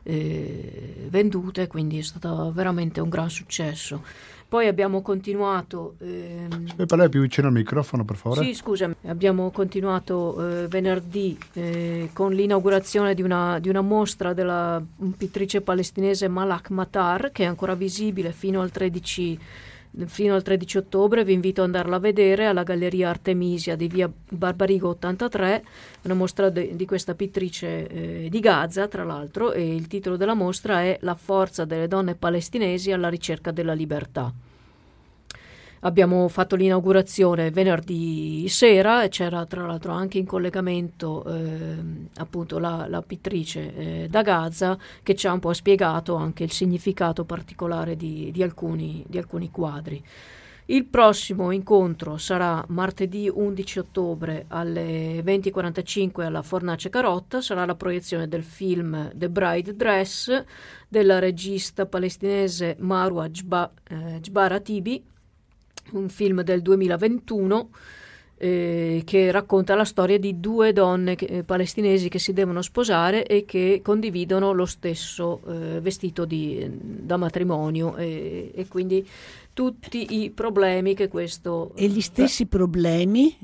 vendute, quindi è stato veramente un gran successo. Poi abbiamo continuato... Puoi parlare più vicino al microfono, per favore? Sì, scusami. Abbiamo continuato venerdì con l'inaugurazione di una mostra della pittrice palestinese Malak Matar, che è ancora visibile fino al 13 ottobre. Vi invito ad andarla a vedere alla Galleria Artemisia di via Barbarigo 83, una mostra di questa pittrice di Gaza, tra l'altro, e il titolo della mostra è La forza delle donne palestinesi alla ricerca della libertà. Abbiamo fatto l'inaugurazione venerdì sera e c'era tra l'altro anche in collegamento appunto la pittrice da Gaza, che ci ha un po' spiegato anche il significato particolare di alcuni quadri. Il prossimo incontro sarà martedì 11 ottobre alle 20:45 alla Fornace Carotta. Sarà la proiezione del film The Bride Dress della regista palestinese Marwa Jbara Tibi, un film del 2021 che racconta la storia di due donne palestinesi che si devono sposare e che condividono lo stesso vestito da matrimonio, e quindi tutti i problemi che questo... E gli stessi problemi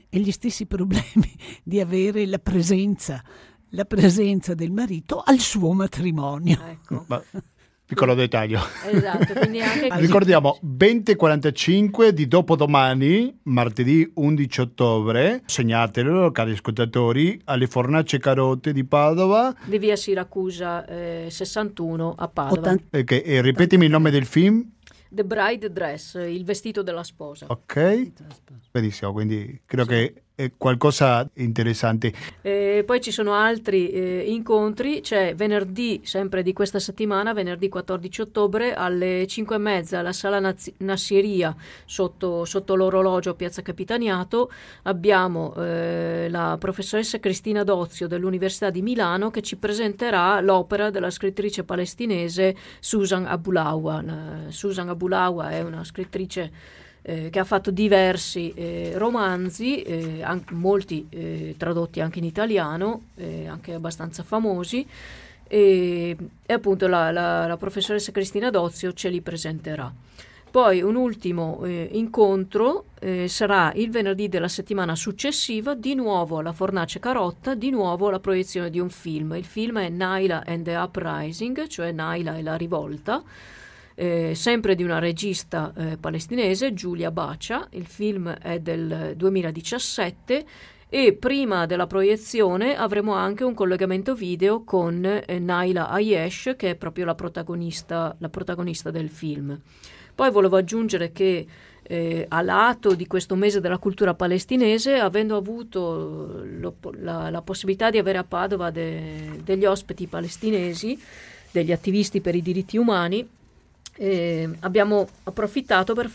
di avere la presenza del marito al suo matrimonio. Ecco. Piccolo dettaglio. Esatto, quindi anche... Ricordiamo 20:45 di dopodomani, martedì 11 ottobre. Segnatelo, cari ascoltatori, alle Fornace Carotte di Padova. Di via Siracusa 61 a Padova. E ripetimi il nome del film. The Bride Dress, il vestito della sposa. Ok, benissimo, quindi credo che è qualcosa interessante. Poi ci sono altri incontri. C'è venerdì, sempre di questa settimana, venerdì 14 ottobre alle 5:30 alla Sala Nassieria sotto l'orologio Piazza Capitaniato. Abbiamo la professoressa Cristina Dozio dell'Università di Milano, che ci presenterà l'opera della scrittrice palestinese Susan Abulawa. Susan Abulawa è una scrittrice che ha fatto diversi romanzi, molti tradotti anche in italiano, anche abbastanza famosi, e appunto la professoressa Cristina Dozio ce li presenterà. Poi un ultimo incontro sarà il venerdì della settimana successiva, di nuovo alla Fornace Carotta, di nuovo la proiezione di un film. Il film è Naila and the Uprising, cioè Naila e la rivolta, sempre di una regista palestinese, Giulia Bacia. Il film è del 2017 e prima della proiezione avremo anche un collegamento video con Naila Ayesh, che è proprio la protagonista del film. Poi volevo aggiungere che a lato di questo mese della cultura palestinese, avendo avuto la possibilità di avere a Padova degli ospiti palestinesi, degli attivisti per i diritti umani, abbiamo approfittato per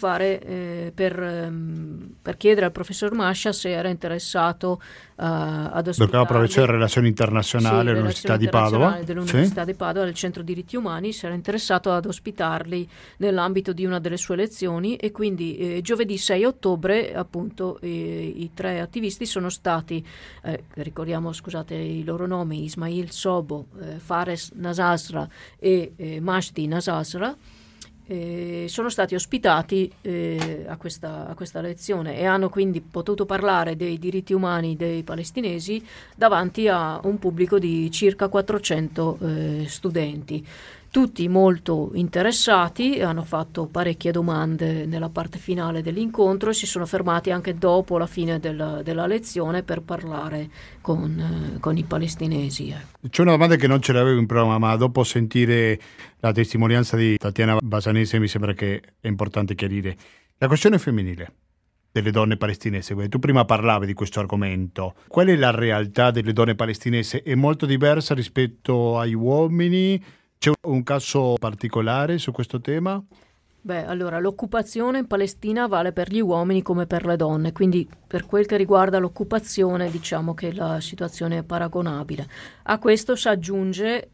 chiedere al professor Mascia se era interessato ad ospitare. Perché la professore Relazioni Internazionali all'Università di Padova, dell'Università di Padova, del Centro Diritti Umani, si era interessato ad ospitarli nell'ambito di una delle sue lezioni, e quindi giovedì 6 ottobre appunto i tre attivisti sono stati, ricordiamo, scusate i loro nomi, Ismail Sobo, Fares Nasasra e Mashdi Nasasra, sono stati ospitati a questa lezione e hanno quindi potuto parlare dei diritti umani dei palestinesi davanti a un pubblico di circa 400 studenti. Tutti molto interessati, hanno fatto parecchie domande nella parte finale dell'incontro e si sono fermati anche dopo la fine della lezione per parlare con i palestinesi. C'è una domanda che non ce l'avevo in programma, ma dopo sentire la testimonianza di Tatiana Basanese mi sembra che è importante chiarire. La questione femminile. delle donne palestinesi? Tu prima parlavi di questo argomento. Qual è la realtà delle donne palestinesi? È molto diversa rispetto agli uomini? C'è un caso particolare su questo tema? Beh, allora, l'occupazione in Palestina vale per gli uomini come per le donne, quindi per quel che riguarda l'occupazione diciamo che la situazione è paragonabile. A questo si aggiunge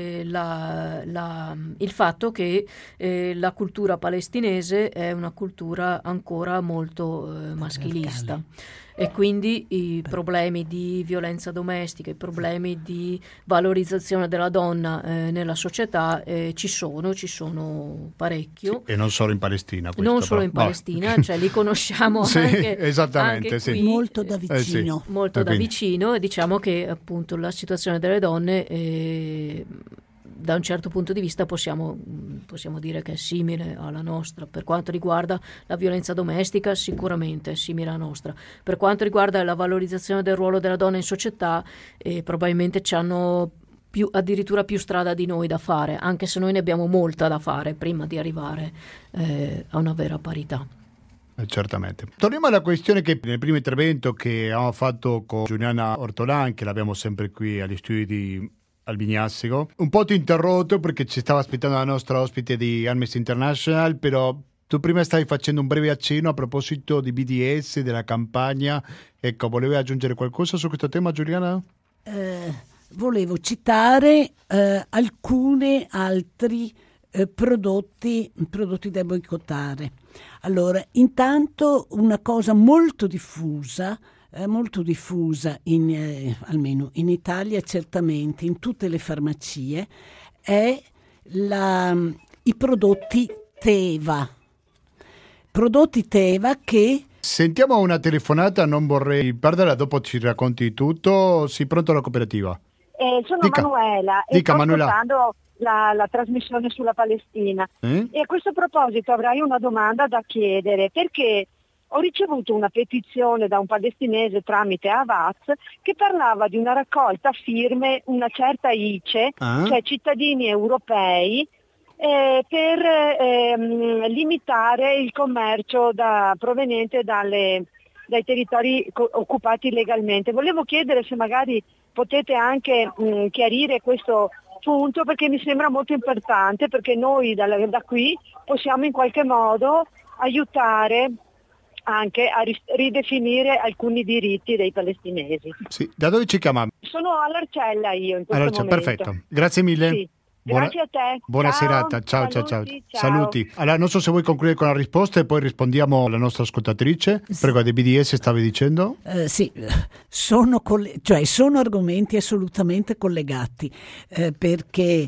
il fatto che la cultura palestinese è una cultura ancora molto maschilista. E quindi i problemi di violenza domestica, i problemi di valorizzazione della donna nella società ci sono parecchio. Sì, e non solo in Palestina. Non solo in Palestina, cioè li conosciamo sì, anche, esattamente, anche sì. qui, molto da vicino. sì. Molto da vicino, e diciamo che appunto la situazione delle donne da un certo punto di vista possiamo dire che è simile alla nostra. Per quanto riguarda la violenza domestica sicuramente è simile alla nostra. Per quanto riguarda la valorizzazione del ruolo della donna in società probabilmente ci hanno addirittura più strada di noi da fare, anche se noi ne abbiamo molta da fare prima di arrivare a una vera parità. Certamente. Torniamo alla questione che nel primo intervento che abbiamo fatto con Giuliana Ortolan, che l'abbiamo sempre qui agli studi di Albignassico. Un po' ti ho interrotto perché ci stava aspettando la nostra ospite di Amnesty International, però tu prima stavi facendo un breve accenno a proposito di BDS, della campagna. Ecco, volevi aggiungere qualcosa su questo tema, Giuliana? Volevo citare alcuni altri prodotti da boicottare. Allora, intanto una cosa molto diffusa almeno in Italia certamente, in tutte le farmacie, è i prodotti Teva. Prodotti Teva che... Sentiamo una telefonata, non vorrei perderla, dopo ci racconti tutto. Sei pronto alla cooperativa? Sono Manuela e sto ascoltando la trasmissione sulla Palestina. E a questo proposito avrei una domanda da chiedere, perché ho ricevuto una petizione da un palestinese tramite Avaz che parlava di una raccolta firme, una certa ICE, cioè cittadini europei, per limitare il commercio proveniente dai territori occupati illegalmente. Volevo chiedere se magari potete anche chiarire questo punto, perché mi sembra molto importante, perché noi da qui possiamo in qualche modo aiutare anche a ridefinire alcuni diritti dei palestinesi. Sì. Da dove ci chiama? Sono all'Arcella io in questo momento. Perfetto, grazie mille. Sì. Grazie a te. Buona serata, ciao. Saluti. Allora, non so se vuoi concludere con la risposta e poi rispondiamo alla nostra ascoltatrice. Prego, dei BDS stavi dicendo? Sì, sono argomenti assolutamente collegati, perché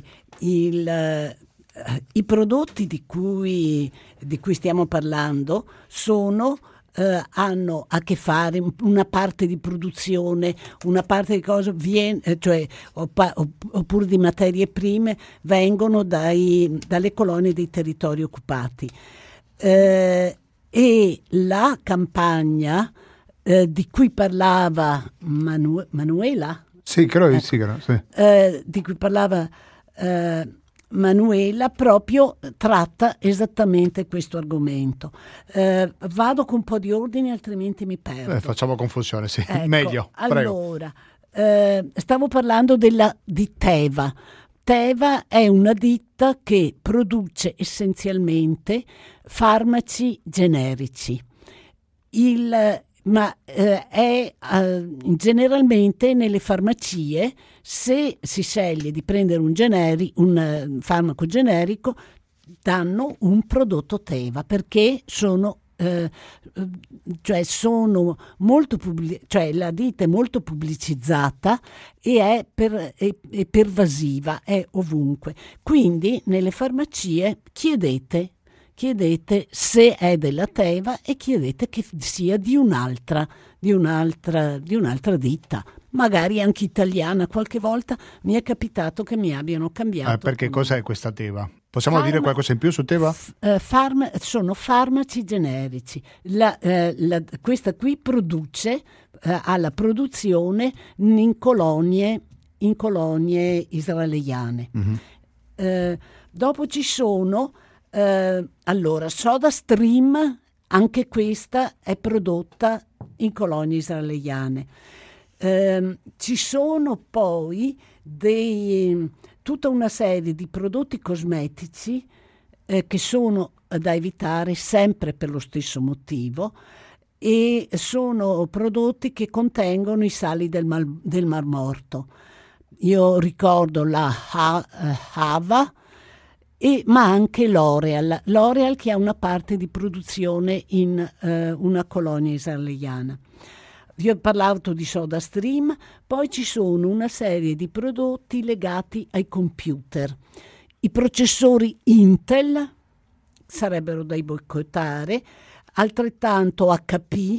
i prodotti di cui stiamo parlando hanno a che fare, una parte di produzione, una parte di cosa oppure di materie prime vengono dalle colonie dei territori occupati. E la campagna di cui parlava Manuela? Sì, credo sì. Di cui parlava Manuela proprio tratta esattamente questo argomento. Vado con un po' di ordine, altrimenti mi perdo. Facciamo confusione, sì. Ecco, Meglio. Prego. Allora, stavo parlando di Teva. Teva è una ditta che produce essenzialmente farmaci generici. Generalmente nelle farmacie, se si sceglie di prendere un farmaco generico, danno un prodotto Teva, perché sono molto la ditta è molto pubblicizzata e è pervasiva, è ovunque. Quindi nelle farmacie chiedete se è della Teva e chiedete che sia di un'altra ditta, magari anche italiana. Qualche volta mi è capitato che mi abbiano cambiato. Perché cos'è questa Teva? Possiamo dire qualcosa in più su Teva? Sono farmaci generici. Questa qui ha la produzione in colonie israeliane. Mm-hmm. Dopo ci sono SodaStream anche questa è prodotta in colonie israeliane. Ci sono poi tutta una serie di prodotti cosmetici che sono da evitare sempre per lo stesso motivo, e sono prodotti che contengono i sali del Mar Morto. Io ricordo la Hava, ma anche L'Oreal che ha una parte di produzione in una colonia israeliana. Vi ho parlato di SodaStream, poi ci sono una serie di prodotti legati ai computer. I processori Intel sarebbero da boicottare, altrettanto HP,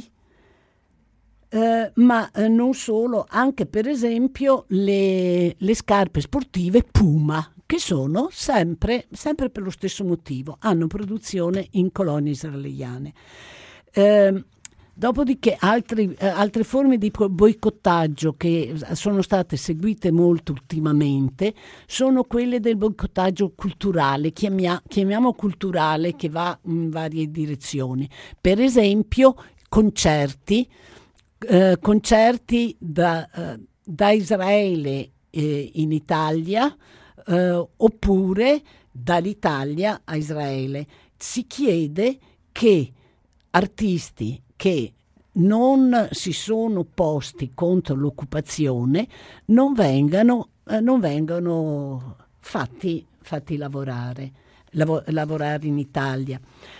ma non solo, anche per esempio le scarpe sportive Puma, che sono sempre per lo stesso motivo, hanno produzione in colonie israeliane. Dopodiché altre forme di boicottaggio che sono state seguite molto ultimamente sono quelle del boicottaggio culturale, chiamiamo culturale, che va in varie direzioni. Per esempio concerti da Israele in Italia, oppure dall'Italia a Israele. Si chiede che artisti che non si sono posti contro l'occupazione non vengano fatti lavorare in Italia.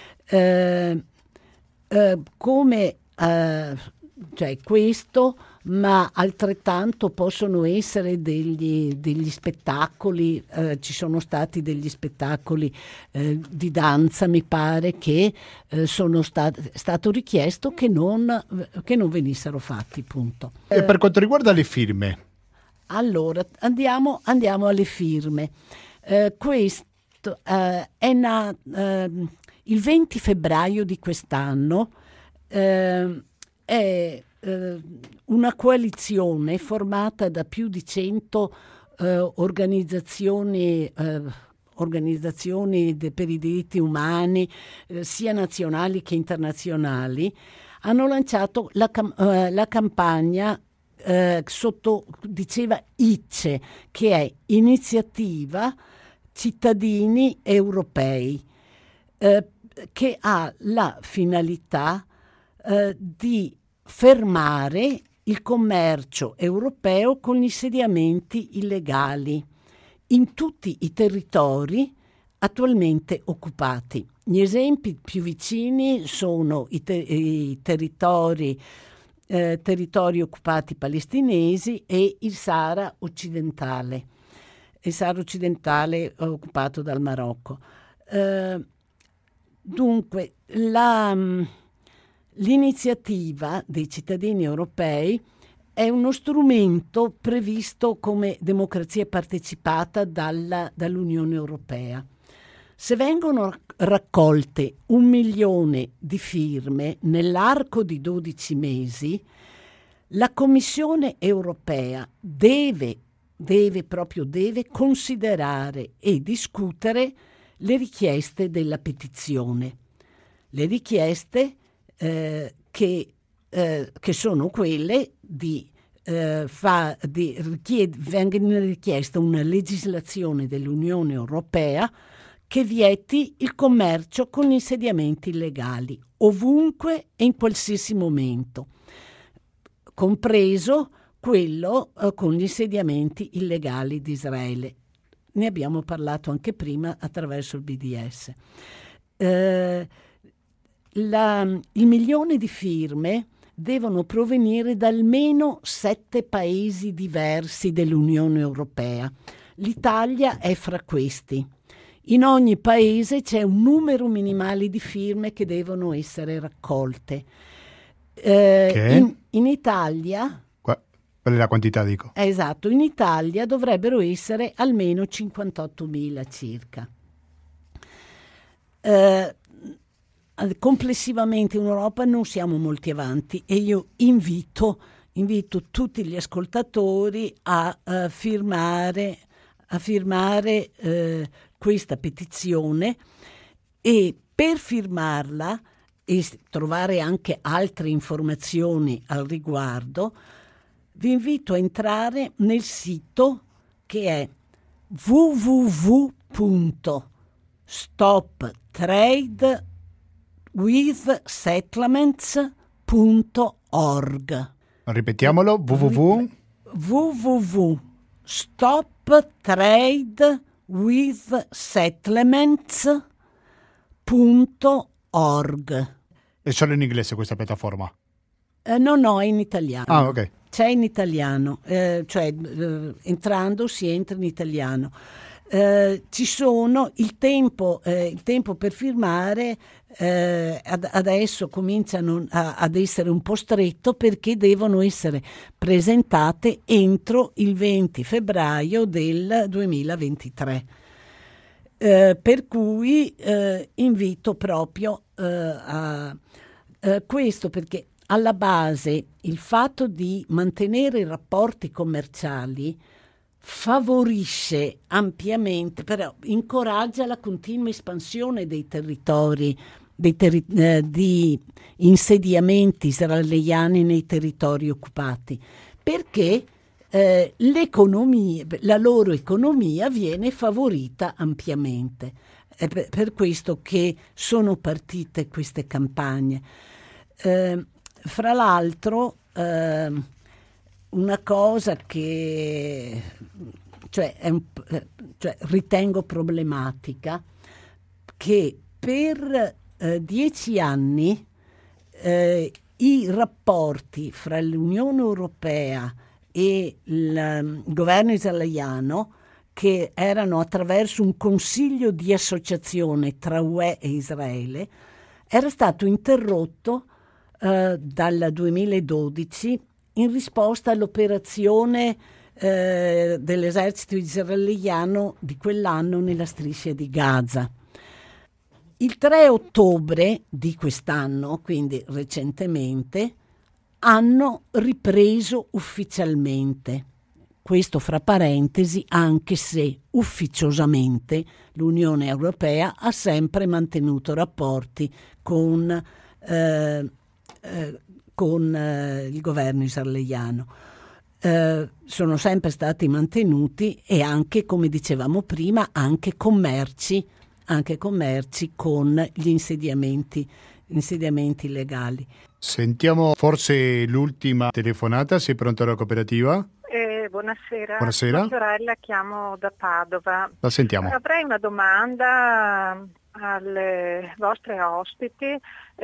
Cioè questo, ma altrettanto possono essere degli spettacoli. Ci sono stati degli spettacoli di danza, mi pare, che sono stato richiesto che non venissero fatti, punto. E per quanto riguarda le firme? Allora, andiamo alle firme. Questo è il 20 febbraio di quest'anno. È una coalizione formata da più di 100 organizzazioni per i diritti umani, sia nazionali che internazionali, hanno lanciato la campagna diceva ICE, che è Iniziativa Cittadini Europei, che ha la finalità di fermare il commercio europeo con gli insediamenti illegali in tutti i territori attualmente occupati. Gli esempi più vicini sono i territori occupati palestinesi e il Sahara occidentale. Il Sahara occidentale occupato dal Marocco. Dunque, l'iniziativa dei cittadini europei è uno strumento previsto come democrazia partecipata dall'Unione Europea. Se vengono raccolte 1 milione di firme nell'arco di 12 mesi, la Commissione Europea deve considerare e discutere le richieste della petizione. Le richieste che sono quelle venga richiesta una legislazione dell'Unione Europea che vieti il commercio con gli insediamenti illegali, ovunque e in qualsiasi momento, compreso quello con gli insediamenti illegali di Israele. Ne abbiamo parlato anche prima attraverso il BDS. Il milione di firme devono provenire da almeno 7 paesi diversi dell'Unione Europea. L'Italia è fra questi. In ogni paese c'è un numero minimale di firme che devono essere raccolte. In Italia... Qual è la quantità, dico? Esatto, in Italia dovrebbero essere almeno 58.000 circa. Complessivamente in Europa non siamo molti avanti e io invito tutti gli ascoltatori a firmare questa petizione, e per firmarla e trovare anche altre informazioni al riguardo, vi invito a entrare nel sito che è www.stoptradewithsettlements.org. Ripetiamolo, www.stoptradewithsettlements.org. È solo in inglese questa piattaforma? No, è in italiano. Ah, ok. C'è in italiano, entrando si entra in italiano. Ci sono il tempo per firmare adesso cominciano ad essere un po' stretto, perché devono essere presentate entro il 20 febbraio del 2023. Per cui invito proprio a questo, perché alla base il fatto di mantenere i rapporti commerciali favorisce ampiamente, però incoraggia la continua espansione dei territori, di insediamenti israeliani nei territori occupati, perché la loro economia viene favorita ampiamente. È per questo che sono partite queste campagne. Fra l'altro, una cosa che ritengo problematica, che per 10 anni i rapporti fra l'Unione Europea e il governo israeliano, che erano attraverso un consiglio di associazione tra UE e Israele, era stato interrotto dal 2012 in risposta all'operazione dell'esercito israeliano di quell'anno nella striscia di Gaza. Il 3 ottobre di quest'anno, quindi recentemente, hanno ripreso ufficialmente. Questo fra parentesi, anche se ufficiosamente l'Unione Europea ha sempre mantenuto rapporti con il governo israeliano. Sono sempre stati mantenuti, e anche, come dicevamo prima, anche commerci con gli insediamenti legali. Sentiamo forse l'ultima telefonata. Sei pronto alla cooperativa? Buonasera. Buonasera. Sono Sorella, chiamo da Padova. La sentiamo. Avrei una domanda alle vostre ospiti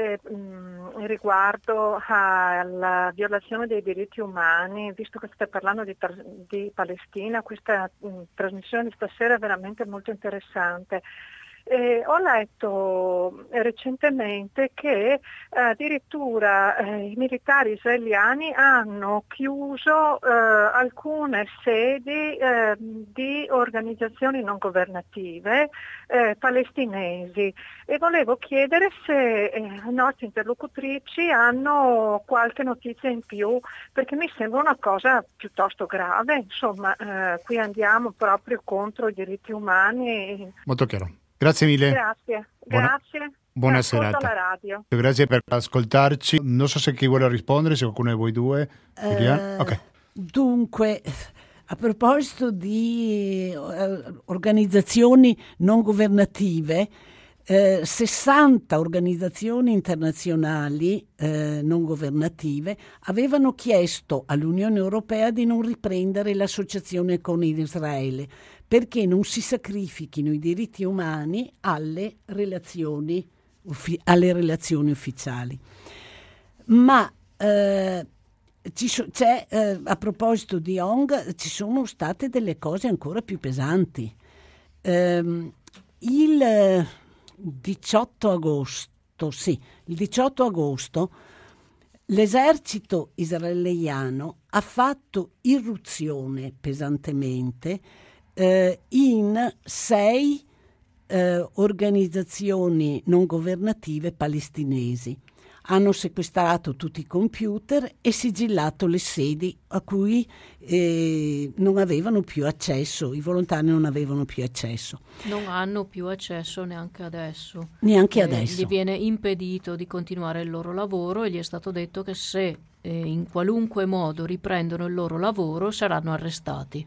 riguardo alla violazione dei diritti umani, visto che state parlando di Palestina. Questa trasmissione di stasera è veramente molto interessante. Ho letto recentemente che addirittura i militari israeliani hanno chiuso alcune sedi di organizzazioni non governative palestinesi, e volevo chiedere se le nostre interlocutrici hanno qualche notizia in più, perché mi sembra una cosa piuttosto grave. Insomma, qui andiamo proprio contro i diritti umani. Molto chiaro. Grazie mille. Grazie. Buona Ascolto serata. la radio. Grazie per ascoltarci. Non so se chi vuole rispondere, se qualcuno di voi due. Ok. Dunque, a proposito di organizzazioni non governative, 60 organizzazioni internazionali non governative avevano chiesto all'Unione Europea di non riprendere l'associazione con Israele, perché non si sacrifichino i diritti umani alle relazioni ufficiali. Ma a proposito di Hong, ci sono state delle cose ancora più pesanti. Il 18 agosto l'esercito israeliano ha fatto irruzione pesantemente in 6 organizzazioni non governative palestinesi. hanno sequestrato tutti i computer e sigillato le sedi a cui non avevano più accesso, i volontari non avevano più accesso. Non hanno più accesso neanche adesso. Neanche adesso. Gli viene impedito di continuare il loro lavoro e gli è stato detto che se in qualunque modo riprendono il loro lavoro saranno arrestati.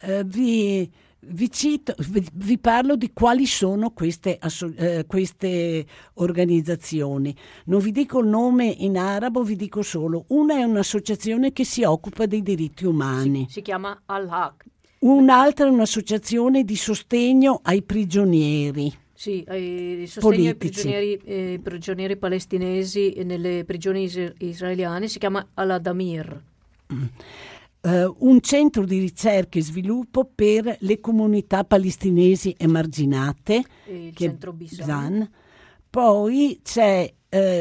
Vi parlo di quali sono queste organizzazioni. Non vi dico il nome in arabo, vi dico solo. Una è un'associazione che si occupa dei diritti umani. Si chiama Al-Haq. Un'altra è un'associazione di sostegno ai prigionieri. Sì, sostegno politici. ai prigionieri palestinesi nelle prigioni israeliane, si chiama Al-Adamir. Un centro di ricerca e sviluppo per le comunità palestinesi emarginate, Il che è centro Bisan. Poi c'è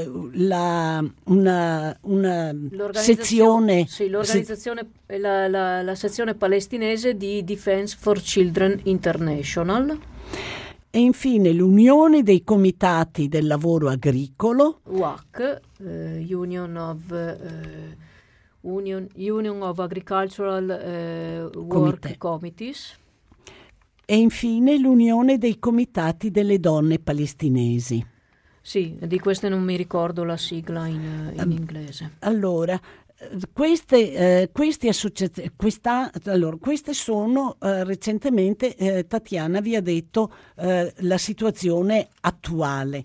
una sezione, l'organizzazione, la sezione palestinese di Defense for Children International. E infine l'Unione dei Comitati del Lavoro Agricolo, UAC, Union of Agricultural Work Committees. e infine l'Unione dei Comitati delle Donne Palestinesi. Sì, di queste non mi ricordo la sigla in inglese. Allora, queste sono recentemente, Tatiana vi ha detto la situazione attuale.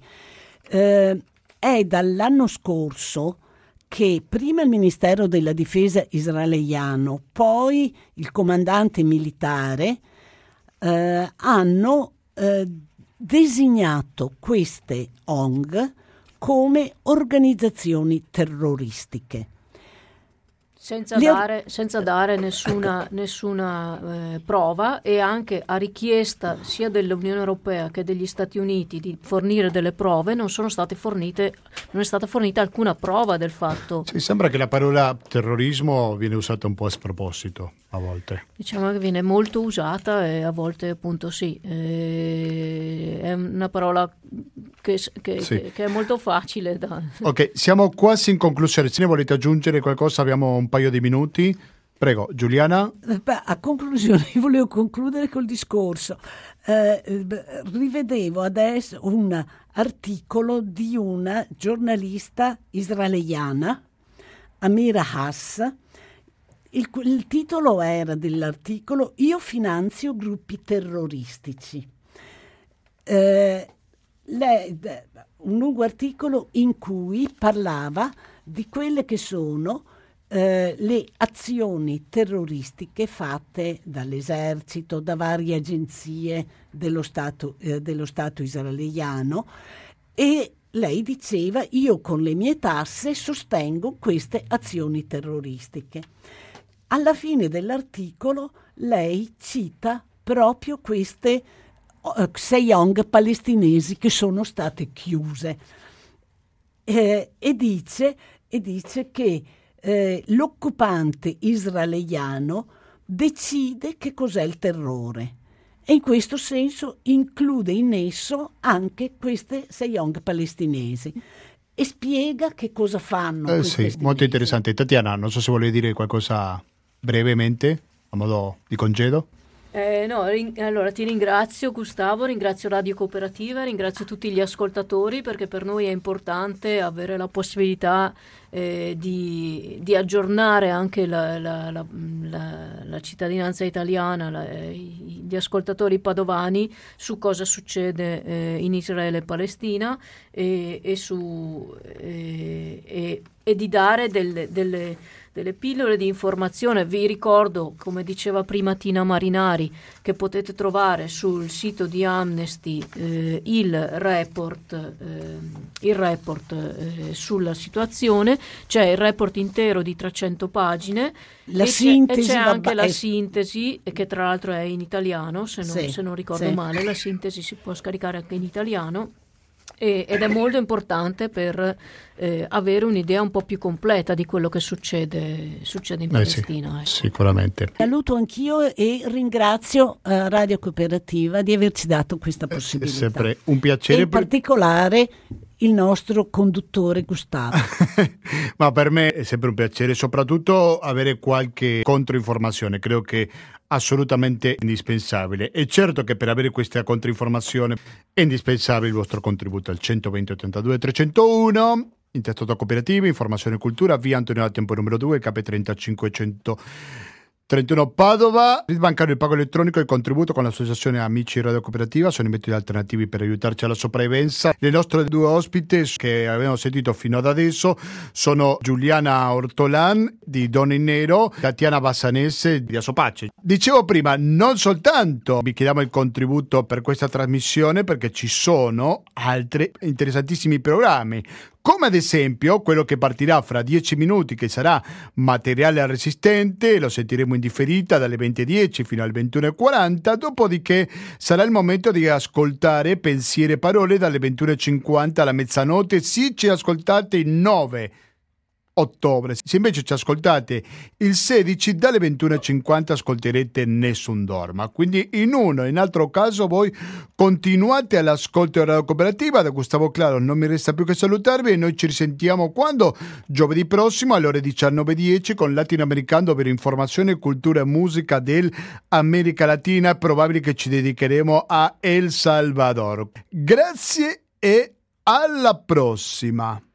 È dall'anno scorso che prima il Ministero della Difesa israeliano, poi il comandante militare hanno designato queste ONG come organizzazioni terroristiche. Senza dare nessuna prova, e anche a richiesta sia dell'Unione Europea che degli Stati Uniti di fornire delle prove, non è stata fornita alcuna prova del fatto. Sì, sembra che la parola terrorismo viene usata un po' a sproposito a volte. Diciamo che viene molto usata e a volte appunto sì, è una parola che è molto facile da... Ok, siamo quasi in conclusione. Se ne volete aggiungere qualcosa, abbiamo un paio di minuti. Prego, Giuliana. A conclusione, volevo concludere col discorso. Rivedevo adesso un articolo di una giornalista israeliana, Amira Hass. Il titolo era dell'articolo "Io finanzio gruppi terroristici". Un lungo articolo in cui parlava di quelle che sono le azioni terroristiche fatte dall'esercito, da varie agenzie dello Stato israeliano, e lei diceva: io con le mie tasse sostengo queste azioni terroristiche. Alla fine dell'articolo lei cita proprio queste 6 ONG palestinesi che sono state chiuse e dice che l'occupante israeliano decide che cos'è il terrore, e in questo senso include in esso anche queste 6 ONG palestinesi e spiega che cosa fanno. Sì, molto interessante. Tatiana, non so se vuole dire qualcosa brevemente a modo di congedo. Allora ti ringrazio Gustavo, ringrazio Radio Cooperativa, ringrazio tutti gli ascoltatori, perché per noi è importante avere la possibilità di aggiornare anche la cittadinanza italiana, gli ascoltatori padovani, su cosa succede in Israele e Palestina, e di dare delle pillole di informazione. Vi ricordo, come diceva prima Tina Marinari, che potete trovare sul sito di Amnesty il report sulla situazione. C'è il report intero di 300 pagine, la sintesi, c'è anche la sintesi, che tra l'altro è in italiano, se non ricordo male. La sintesi si può scaricare anche in italiano, ed è molto importante per avere un'idea un po' più completa di quello che succede in Palestina. Sì, sicuramente. Saluto anch'io e ringrazio Radio Cooperativa di averci dato questa possibilità. È sempre un piacere. E in particolare il nostro conduttore Gustavo. Ma per me è sempre un piacere, soprattutto avere qualche controinformazione, credo che assolutamente indispensabile. E certo che per avere questa controinformazione è indispensabile il vostro contributo al 120 82 301. Intestato Cooperativa, Informazione e Cultura, via Antonio da Tempo numero 2, KP30 531 Padova. Il bancario, il pago elettronico e il contributo con l'associazione Amici Radio Cooperativa sono i metodi alternativi per aiutarci alla sopravvivenza. Le nostre due ospiti che abbiamo sentito fino ad adesso sono Giuliana Ortolan di Donne in Nero, Tatiana Bassanese di Asopace. Dicevo prima, non soltanto vi chiediamo il contributo per questa trasmissione, perché ci sono altri interessantissimi programmi, come ad esempio quello che partirà fra 10 minuti, che sarà Materiale Resistente, lo sentiremo in differita dalle 20:10 fino alle 21:40, dopodiché sarà il momento di ascoltare Pensieri e Parole dalle 21:50 alla mezzanotte. Sì, ci ascoltate il 9 ottobre, se invece ci ascoltate il 16 dalle 21:50 ascolterete Nessun Dorma. Quindi in uno e in altro caso voi continuate all'ascolto della Radio Cooperativa. Da Gustavo Claro non mi resta più che salutarvi e noi ci risentiamo quando? Giovedì prossimo alle ore 19:10 con Latinoamericano, ovvero informazione, cultura e musica dell'America Latina. È probabile che ci dedicheremo a El Salvador. Grazie e alla prossima.